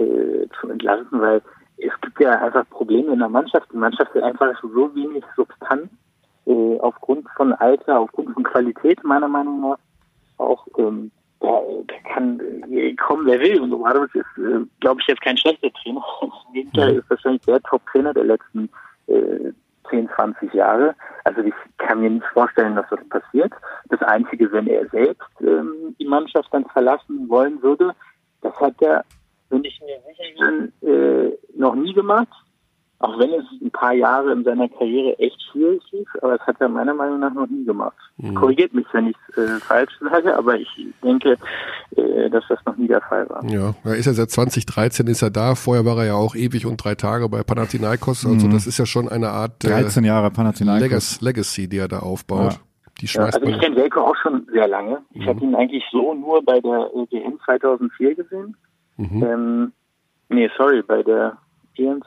zu entlassen, weil es gibt ja einfach Probleme in der Mannschaft. Die Mannschaft hat einfach so wenig Substanz. Aufgrund von Alter, aufgrund von Qualität meiner Meinung nach auch, da kann kommen, wer will. Und Obradović ist, glaube ich, jetzt kein schlechter Trainer. Im Gegenteil ist wahrscheinlich der Top-Trainer der letzten 10, 20 Jahre. Also ich kann mir nicht vorstellen, dass das passiert. Das Einzige, wenn er selbst die Mannschaft dann verlassen wollen würde, das hat er, bin ich mir sicher bin, noch nie gemacht. Auch wenn es ein paar Jahre in seiner Karriere echt schwierig lief, aber das hat er meiner Meinung nach noch nie gemacht. Korrigiert mich, wenn ich es falsch sage, aber ich denke, dass das noch nie der Fall war. Ja, er ist ja seit 2013 ist er da. Vorher war er ja auch ewig und 3 Tage bei Panathinaikos. Also das ist ja schon eine Art 13 Jahre Panathinaikos. Legacy, die er da aufbaut. Ja. Die schmeißt also ich kenne Željko auch schon sehr lange. Ich habe ihn eigentlich so nur bei der WM 2004 gesehen. Bei der EM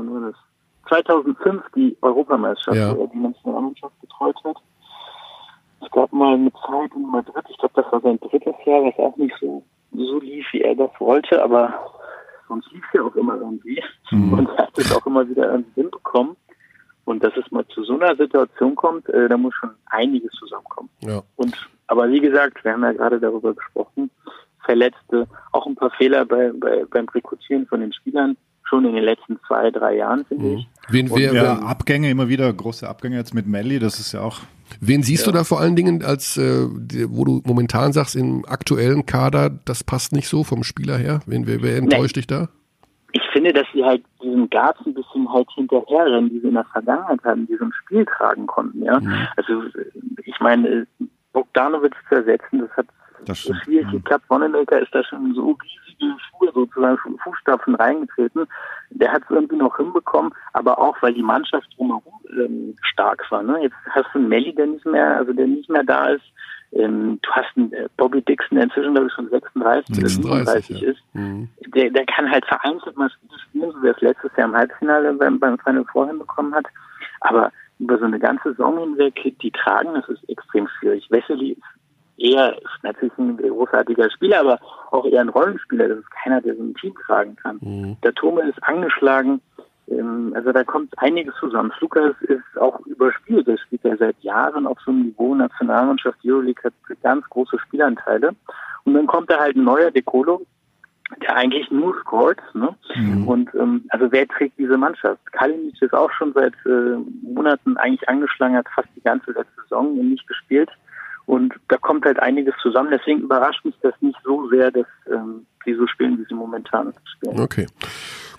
2005 die Europameisterschaft, wo er die Nationalmannschaft betreut hat. Es gab mal eine Zeit in Madrid, ich glaube, das war sein 3. Jahr, was auch nicht so lief, wie er das wollte, aber sonst lief es ja auch immer irgendwie. Und er hat es auch immer wieder irgendwie hinbekommen. Und dass es mal zu so einer Situation kommt, da muss schon einiges zusammenkommen. Ja. Aber wie gesagt, wir haben ja gerade darüber gesprochen, Verletzte, auch ein paar Fehler beim Rekrutieren von den Spielern, schon in den letzten 2-3 Jahren, finde ich. Abgänge, immer wieder große Abgänge jetzt mit Melli, das ist ja auch. Wen siehst du da vor allen Dingen als, wo du momentan sagst, im aktuellen Kader, das passt nicht so vom Spieler her? Wer enttäuscht dich da? Ich finde, dass sie halt diesen Gas ein bisschen halt hinterherrennen, die sie in der Vergangenheit hatten, die so ein Spiel tragen konnten, ja. Also, ich meine, Bogdanović zu ersetzen, das hat so schwierig geklappt. Wanamaker ist da schon so riesige Schuhe sozusagen, Fußstapfen reingetreten. Der hat es irgendwie noch hinbekommen, aber auch, weil die Mannschaft drumherum stark war. Ne? Jetzt hast du einen Melli, der nicht mehr da ist. Du hast einen Bobby Dixon, der inzwischen, glaube ich, schon 36 oder 37 ist. Der kann halt vereinzelt mal spielen, so wie er es letztes Jahr im Halbfinale beim Final Four hinbekommen hat. Aber über so eine ganze Saison hinweg, die tragen, das ist extrem schwierig. Vesely ist natürlich ein großartiger Spieler, aber auch eher ein Rollenspieler. Das ist keiner, der so ein Team tragen kann. Der Tome ist angeschlagen. Also da kommt einiges zusammen. Lukas ist auch überspielt. Der spielt ja seit Jahren auf so einem Niveau. Nationalmannschaft, Euroleague hat ganz große Spielanteile. Und dann kommt da halt ein neuer De Colo, der eigentlich nur scoret. Ne? Und also wer trägt diese Mannschaft? Kalinic ist auch schon seit Monaten eigentlich angeschlagen, hat fast die ganze letzte Saison nicht gespielt. Und da kommt halt einiges zusammen. Deswegen überrascht mich das nicht so sehr, dass sie so spielen, wie sie momentan spielen. Okay.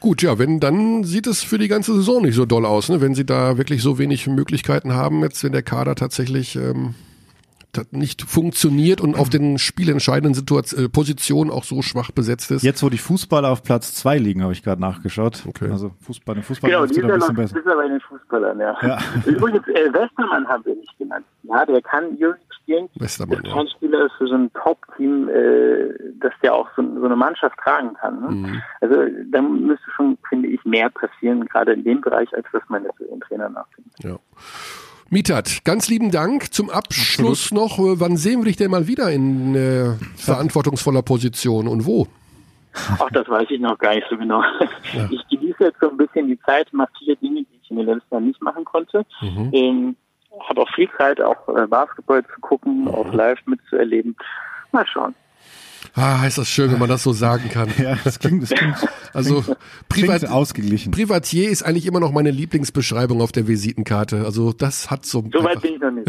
Gut, ja, dann sieht es für die ganze Saison nicht so doll aus, ne? Wenn sie da wirklich so wenig Möglichkeiten haben, jetzt wenn der Kader tatsächlich nicht funktioniert und auf den spielentscheidenden Positionen auch so schwach besetzt ist. Jetzt, wo die Fußballer auf Platz 2 liegen, habe ich gerade nachgeschaut. Okay. Also Fußball Genau, läuft die wieder ein ist bisschen besser. aber bei den Fußballern, ja. Übrigens, Westermann haben wir nicht genannt. Ja, der kann Euroleague spielen. Westermann, Kein Spieler ist für so ein Top-Team, dass der auch so eine Mannschaft tragen kann. Ne? Mhm. Also da müsste schon, finde ich, mehr passieren, gerade in dem Bereich, als was man jetzt für den Trainer nachdenkt. Ja. Mithat, ganz lieben Dank. Zum Abschluss noch, wann sehen wir dich denn mal wieder in verantwortungsvoller Position und wo? Ach, das weiß ich noch gar nicht so genau. Ja. Ich genieße jetzt so ein bisschen die Zeit, mache viele Dinge, die ich in den letzten Jahren nicht machen konnte. Habe auch viel Zeit, auch Basketball zu gucken, auch live mitzuerleben. Mal schauen. Ist das schön, wenn man das so sagen kann. Ja, das klingt Also klingt ausgeglichen. Privatier ist eigentlich immer noch meine Lieblingsbeschreibung auf der Visitenkarte. Also das hat so weit bin ich noch nicht.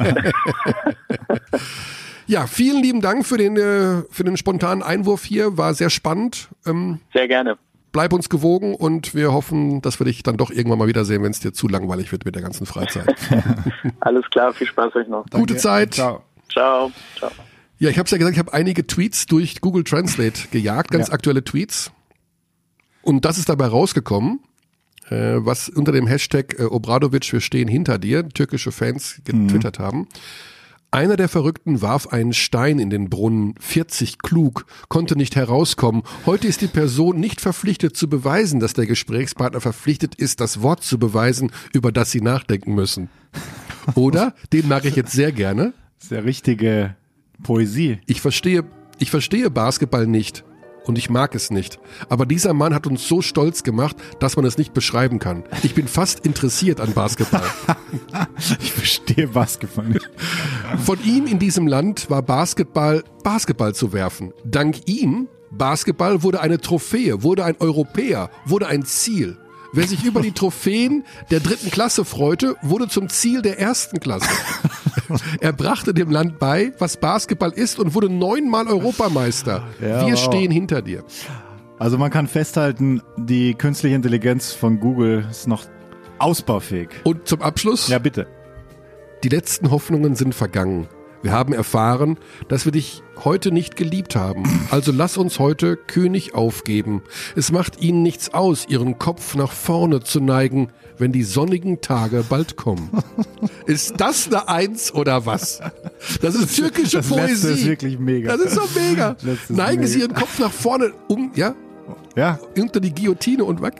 Ja, vielen lieben Dank für den spontanen Einwurf hier. War sehr spannend. Sehr gerne. Bleib uns gewogen und wir hoffen, dass wir dich dann doch irgendwann mal wiedersehen, wenn es dir zu langweilig wird mit der ganzen Freizeit. Alles klar, viel Spaß euch noch. Gute Zeit. Ciao. Ciao. Ciao. Ja, ich habe es ja gesagt, ich habe einige Tweets durch Google Translate gejagt, ganz aktuelle Tweets. Und das ist dabei rausgekommen, was unter dem Hashtag Obradovic, wir stehen hinter dir, türkische Fans getwittert haben. Einer der Verrückten warf einen Stein in den Brunnen, 40 klug, konnte nicht herauskommen. Heute ist die Person nicht verpflichtet zu beweisen, dass der Gesprächspartner verpflichtet ist, das Wort zu beweisen, über das sie nachdenken müssen. Oder? Den mag ich jetzt sehr gerne. Das ist ja richtige Poesie. Ich verstehe Basketball nicht und ich mag es nicht. Aber dieser Mann hat uns so stolz gemacht, dass man es nicht beschreiben kann. Ich bin fast interessiert an Basketball. Ich verstehe Basketball nicht. Von ihm in diesem Land war Basketball zu werfen. Dank ihm, Basketball wurde eine Trophäe, wurde ein Europäer, wurde ein Ziel. Wer sich über die Trophäen der 3. Klasse freute, wurde zum Ziel der 1. Klasse. Er brachte dem Land bei, was Basketball ist und wurde 9-mal Europameister. Ja, Wir wow. stehen hinter dir. Also man kann festhalten, die künstliche Intelligenz von Google ist noch ausbaufähig. Und zum Abschluss, Ja, bitte. die letzten Hoffnungen sind vergangen. Wir haben erfahren, dass wir dich heute nicht geliebt haben. Also lass uns heute König aufgeben. Es macht ihnen nichts aus, ihren Kopf nach vorne zu neigen, wenn die sonnigen Tage bald kommen. Ist das eine Eins oder was? Das ist türkische Das Poesie. letzte ist wirklich mega. Das ist doch mega. Letztes Neigen mega. Sie Ihren Kopf nach vorne, Ja, unter die Guillotine und weg.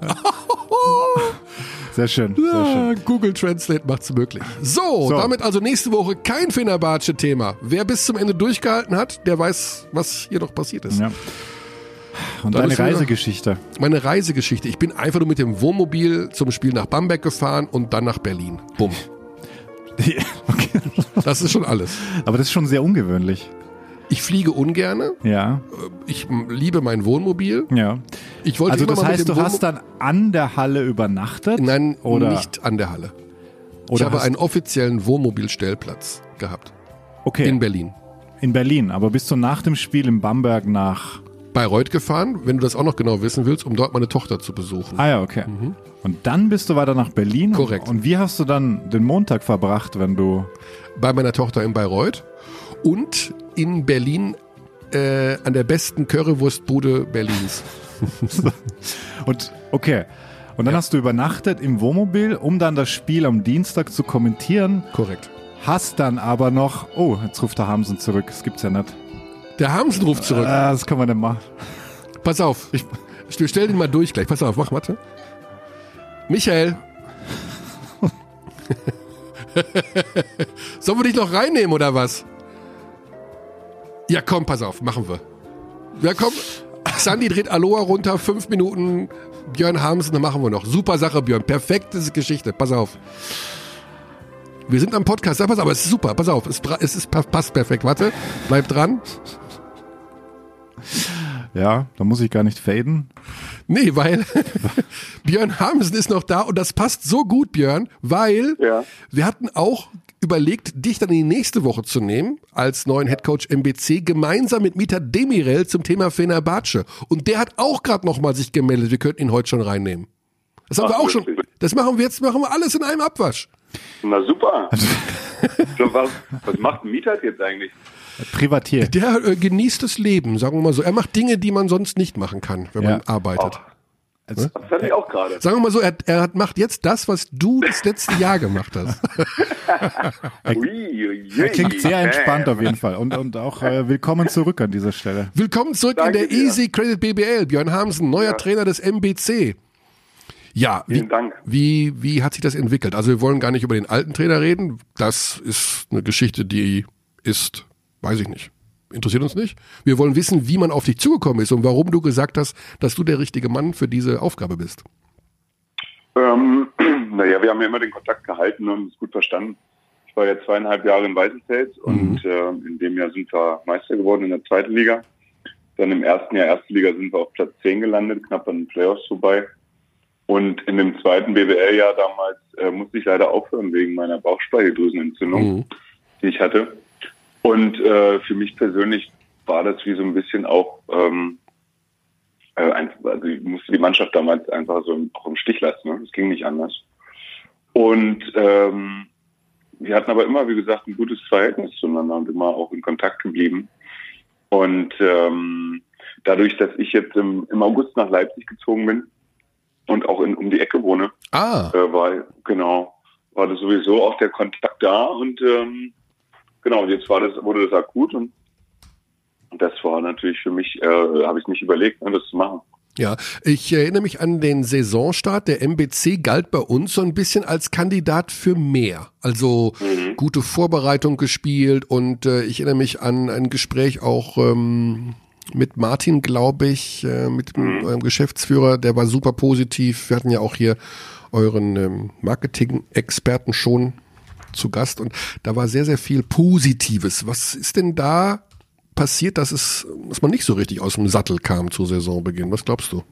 sehr schön. Sehr schön. Google Translate macht's möglich. So, damit also nächste Woche kein Fenerbahce-Thema. Wer bis zum Ende durchgehalten hat, der weiß, was hier noch passiert ist. Ja. Und Dann deine ist wieder- Reisegeschichte. Meine Reisegeschichte. Ich bin einfach nur mit dem Wohnmobil zum Spiel nach Bamberg gefahren und dann nach Berlin. Bumm. Okay. Das ist schon alles. Aber das ist schon sehr ungewöhnlich. Ich fliege ungerne. Ja, Ich liebe mein Wohnmobil. ja. Ich wollte Also immer das mal mit heißt, dem du hast dann an der Halle übernachtet? Nein, oder nicht an der Halle. Ich Oder habe hast- einen offiziellen Wohnmobilstellplatz gehabt. Okay, In Berlin. in Berlin. Aber bist du nach dem Spiel in Bamberg nach... Bayreuth gefahren, wenn du das auch noch genau wissen willst, um dort meine Tochter zu besuchen. Ah ja, okay. Und dann bist du weiter nach Berlin? Korrekt. Und wie hast du dann den Montag verbracht, wenn du... Bei meiner Tochter in Bayreuth und in Berlin an der besten Currywurstbude Berlins. Und okay. Und dann hast du übernachtet im Wohnmobil, um dann das Spiel am Dienstag zu kommentieren. Korrekt. Hast dann aber noch... Oh, jetzt ruft der Hamsen zurück. Das gibt's ja nicht. Der Hamsen ruft zurück. Das kann man nicht machen. Pass auf, wir stellen ihn mal durch gleich. Pass auf, mach, warte. Michael. Sollen wir dich noch reinnehmen oder was? Ja, komm, pass auf, machen wir. Ja, komm. Xandi dreht Aloha runter, 5 Minuten. Björn Hamsen, dann machen wir noch. Super Sache, Björn. Perfekte Geschichte. Pass auf. Wir sind am Podcast. Ja, pass auf, es ist super. Pass auf, passt perfekt. Warte, bleib dran. Ja, da muss ich gar nicht faden. Nee, weil Björn Hamsen ist noch da und das passt so gut, Björn, weil wir hatten auch überlegt, dich dann in die nächste Woche zu nehmen als neuen Headcoach MBC, gemeinsam mit Mita Demirel zum Thema Fenerbahce. Und der hat auch gerade nochmal sich gemeldet, wir könnten ihn heute schon reinnehmen. Das haben wir auch schon. Das machen wir alles in einem Abwasch. Na super. So, was macht ein Mieter jetzt eigentlich? Privatier. Der genießt das Leben, sagen wir mal so. Er macht Dinge, die man sonst nicht machen kann, wenn man arbeitet. Das fand ich auch gerade. Sagen wir mal so, er macht jetzt das, was du das letzte Jahr gemacht hast. Er klingt sehr entspannt auf jeden Fall. Und auch willkommen zurück an dieser Stelle. Willkommen zurück in der Easy Credit BBL. Björn Hamsen, neuer Trainer des MBC. Ja, vielen Dank. Wie hat sich das entwickelt? Also wir wollen gar nicht über den alten Trainer reden. Das ist eine Geschichte, die ist, weiß ich nicht, interessiert uns nicht. Wir wollen wissen, wie man auf dich zugekommen ist und warum du gesagt hast, dass du der richtige Mann für diese Aufgabe bist. Naja, wir haben ja immer den Kontakt gehalten und es gut verstanden. Ich war ja 2,5 Jahre in Weißenfels und in dem Jahr sind wir Meister geworden in der zweiten Liga. Dann im ersten Jahr erste Liga sind wir auf Platz 10 gelandet, knapp an den Playoffs vorbei. Und in dem zweiten BWL-Jahr damals musste ich leider aufhören wegen meiner Bauchspeicheldrüsenentzündung, die ich hatte. Und für mich persönlich war das wie so ein bisschen auch, also ich musste die Mannschaft damals einfach so auch im Stich lassen. Ne? Das ging nicht anders. Und wir hatten aber immer, wie gesagt, ein gutes Verhältnis zueinander und immer auch in Kontakt geblieben. Und dadurch, dass ich jetzt im August nach Leipzig gezogen bin, und auch um die Ecke wohne, war das sowieso auch der Kontakt da und jetzt wurde das akut und das war natürlich für mich, habe ich nicht überlegt, das zu machen. Ja, ich erinnere mich an den Saisonstart. Der MBC galt bei uns so ein bisschen als Kandidat für mehr. Also gute Vorbereitung gespielt und ich erinnere mich an ein Gespräch auch mit Martin, glaube ich, mit eurem Geschäftsführer, der war super positiv. Wir hatten ja auch hier euren Marketing-Experten schon zu Gast und da war sehr, sehr viel Positives. Was ist denn da passiert, dass man nicht so richtig aus dem Sattel kam zu Saisonbeginn? Was glaubst du?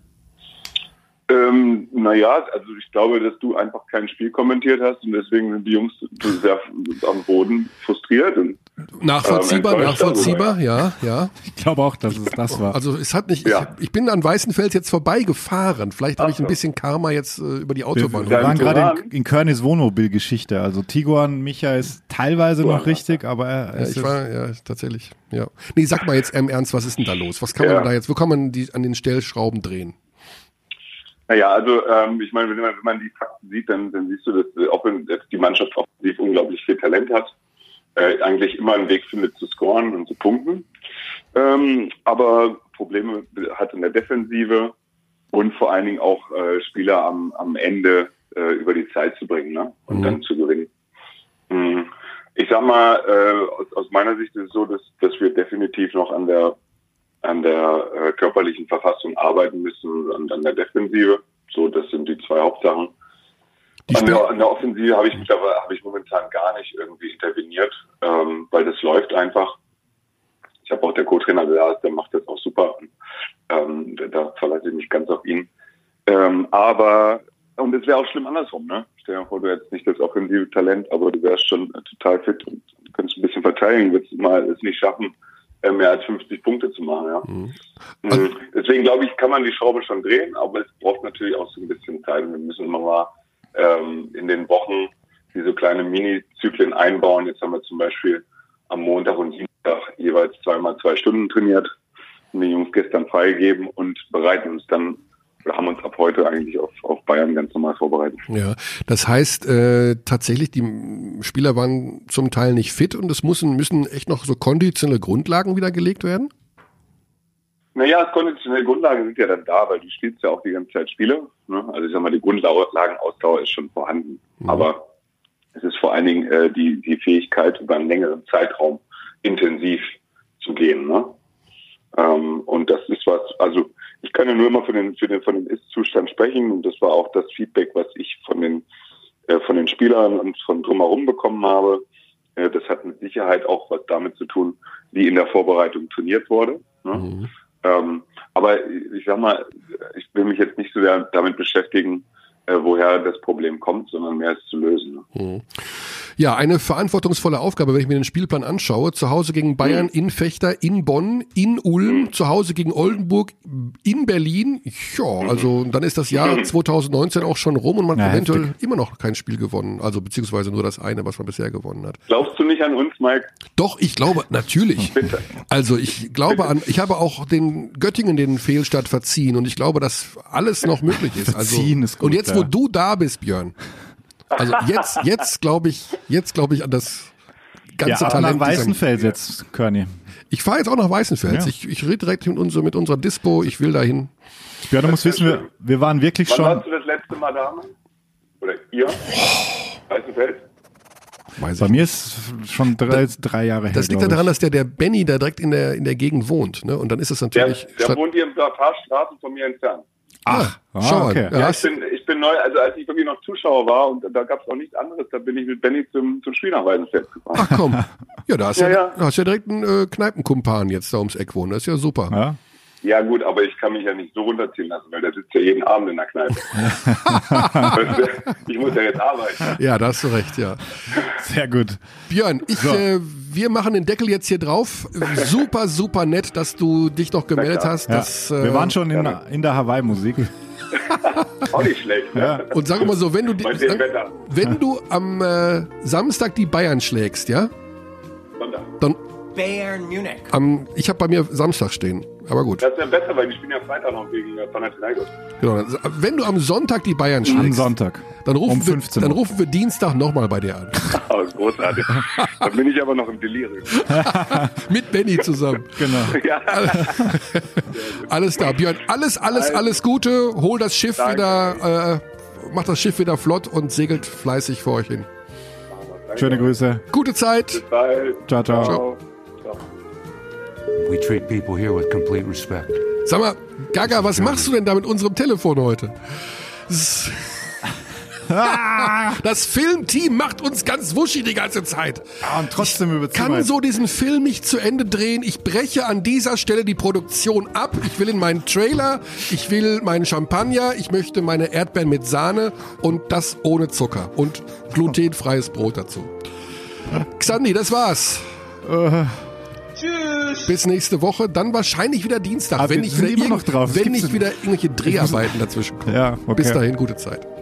Also ich glaube, dass du einfach kein Spiel kommentiert hast und deswegen sind die Jungs sehr am Boden frustriert und nachvollziehbar, ja. Ich glaube auch, dass es das war. Also es hat nicht, ich bin an Weißenfels jetzt vorbeigefahren. Vielleicht habe ich ein bisschen Karma jetzt über die Autobahn. Wir waren gerade in Körnis Wohnmobil-Geschichte. Also Tiguan, Micha ist teilweise noch richtig, aber er ist tatsächlich. Ja. Nee, sag mal jetzt im Ernst, was ist denn da los? Was kann man da jetzt, wo kann man an den Stellschrauben drehen? Naja, also ich meine, wenn man die Fakten sieht, dann siehst du, dass auch wenn jetzt die Mannschaft offensiv unglaublich viel Talent hat, eigentlich immer einen Weg findet zu scoren und zu punkten, aber Probleme hat in der Defensive und vor allen Dingen auch Spieler am Ende über die Zeit zu bringen, ne? Und dann zu gewinnen. Ich sag mal, aus meiner Sicht ist es so, dass wir definitiv noch an der körperlichen Verfassung arbeiten müssen und an der Defensive. So, das sind die zwei Hauptsachen. An der Offensive habe ich momentan gar nicht irgendwie interveniert, weil das läuft einfach. Ich habe auch der Co-Trainer gesagt, der macht das auch super. Da verlasse ich mich ganz auf ihn. Und es wäre auch schlimm andersrum, ne? Stell dir vor, du hättest nicht das offensive Talent, aber du wärst schon total fit und könntest ein bisschen verteidigen, würdest mal es nicht schaffen, mehr als 50 Punkte zu machen, ja. Deswegen glaube ich, kann man die Schraube schon drehen, aber es braucht natürlich auch so ein bisschen Zeit und wir müssen immer mal in den Wochen diese kleine Mini-Zyklen einbauen. Jetzt haben wir zum Beispiel am Montag und Dienstag jeweils 2x2 Stunden trainiert, haben die Jungs gestern freigegeben und bereiten uns dann, wir haben uns ab heute eigentlich auf Bayern ganz normal vorbereitet. Ja, das heißt tatsächlich, die Spieler waren zum Teil nicht fit und es müssen echt noch so konditionelle Grundlagen wieder gelegt werden? Naja, konditionelle Grundlagen sind ja dann da, weil du spielst ja auch die ganze Zeit Spiele. Ne? Also ich sag mal, die Grundlagenausdauer ist schon vorhanden. Aber es ist vor allen Dingen die Fähigkeit, über einen längeren Zeitraum intensiv zu gehen. Ne? Und das ist was, also ich kann ja nur immer von dem Ist-Zustand sprechen und das war auch das Feedback, was ich von den Spielern und von drumherum bekommen habe. Das hat mit Sicherheit auch was damit zu tun, wie in der Vorbereitung trainiert wurde. Ne? Aber ich sag mal, ich will mich jetzt nicht so sehr damit beschäftigen, woher das Problem kommt, sondern mehr es zu lösen. Ne? Ja, eine verantwortungsvolle Aufgabe, wenn ich mir den Spielplan anschaue. Zu Hause gegen Bayern, in Fechter, in Bonn, in Ulm, zu Hause gegen Oldenburg, in Berlin. Ja, also dann ist das Jahr 2019 auch schon rum und man hat eventuell immer noch kein Spiel gewonnen. Also beziehungsweise nur das eine, was man bisher gewonnen hat. Glaubst du nicht an uns, Mike? Doch, ich glaube, natürlich. Bitte. Also ich glaube ich habe auch den Göttingen den Fehlstart verziehen und ich glaube, dass alles noch möglich ist. Verziehen ist gut, und jetzt, wo du da bist, Björn, also jetzt glaube ich an das ganze ja, Talent. nach Weißenfels jetzt, Körny. Ich fahre jetzt auch nach Weißenfels. Ja. Ich rede direkt mit unserer Dispo. Ich will dahin. Ja, du musst wissen, wir waren wirklich Wann schon. warst du das letzte Mal da? Oder ihr? Weißenfels? Bei mir ist schon 3 Jahre her. Das liegt ja daran, dass der Benny da direkt in der Gegend wohnt. Ne? Und dann ist es natürlich. Der wohnt hier ein paar Straßen von mir entfernt. Ach, schau mal. okay. Ja, ich bin neu, also als ich wirklich noch Zuschauer war und da gab es auch nichts anderes, da bin ich mit Benny zum Spiel nach Weißenfels gefahren. Ach komm. Ja, da hast Ja. ja direkt einen Kneipenkumpan jetzt da ums Eck wohnen. Das ist ja super. Ja? Ja gut, aber ich kann mich ja nicht so runterziehen lassen, weil der sitzt ja jeden Abend in der Kneipe. Ich muss ja jetzt arbeiten. Ja, da hast du recht, ja. Sehr gut. Björn, wir machen den Deckel jetzt hier drauf. Super, super nett, dass du dich noch gemeldet hast. Ja. Dass, Wir waren schon in der Hawaii-Musik. Auch nicht schlecht. Ne? Ja. Und sag mal so, wenn Bei dem Wetter. du am Samstag die Bayern schlägst, ja? Sonntag. Dann Bayern Munich. ich habe bei mir Samstag stehen, aber gut. Das ist ja besser, weil die spielen ja Freitag noch gegen Panathinaikos. Genau. Wenn du am Sonntag die Bayern Am schlägst, Sonntag. dann um 15 Uhr. rufen wir Dienstag nochmal bei dir an. Oh, großartig. Dann bin ich aber noch im Delirium. Mit Benny zusammen. Genau. Ja. Alles da, Björn. Alles Gute. Hol das Schiff Danke. wieder, mach das Schiff wieder flott und segelt fleißig vor euch hin. Schöne Grüße. Gute Zeit. Bis bald. Ciao, ciao. Ciao. We treat people here with complete respect. Sag mal, Gaga, was machst du denn da mit unserem Telefon heute? Das Filmteam macht uns ganz wuschig die ganze Zeit. Und trotzdem Ich überziehen kann wir so diesen Film nicht zu Ende drehen. Ich breche an dieser Stelle die Produktion ab. Ich will in meinen Trailer, ich will meinen Champagner, ich möchte meine Erdbeeren mit Sahne und das ohne Zucker und glutenfreies Brot dazu. Xandi, das war's. Tschüss. Bis nächste Woche, dann wahrscheinlich wieder Dienstag, Ah, wenn wir nicht sind wieder, immer noch drauf. Das wenn gibt's nicht wieder irgendwelche Dreharbeiten dazwischen kommen. Ja, okay. Bis dahin, gute Zeit.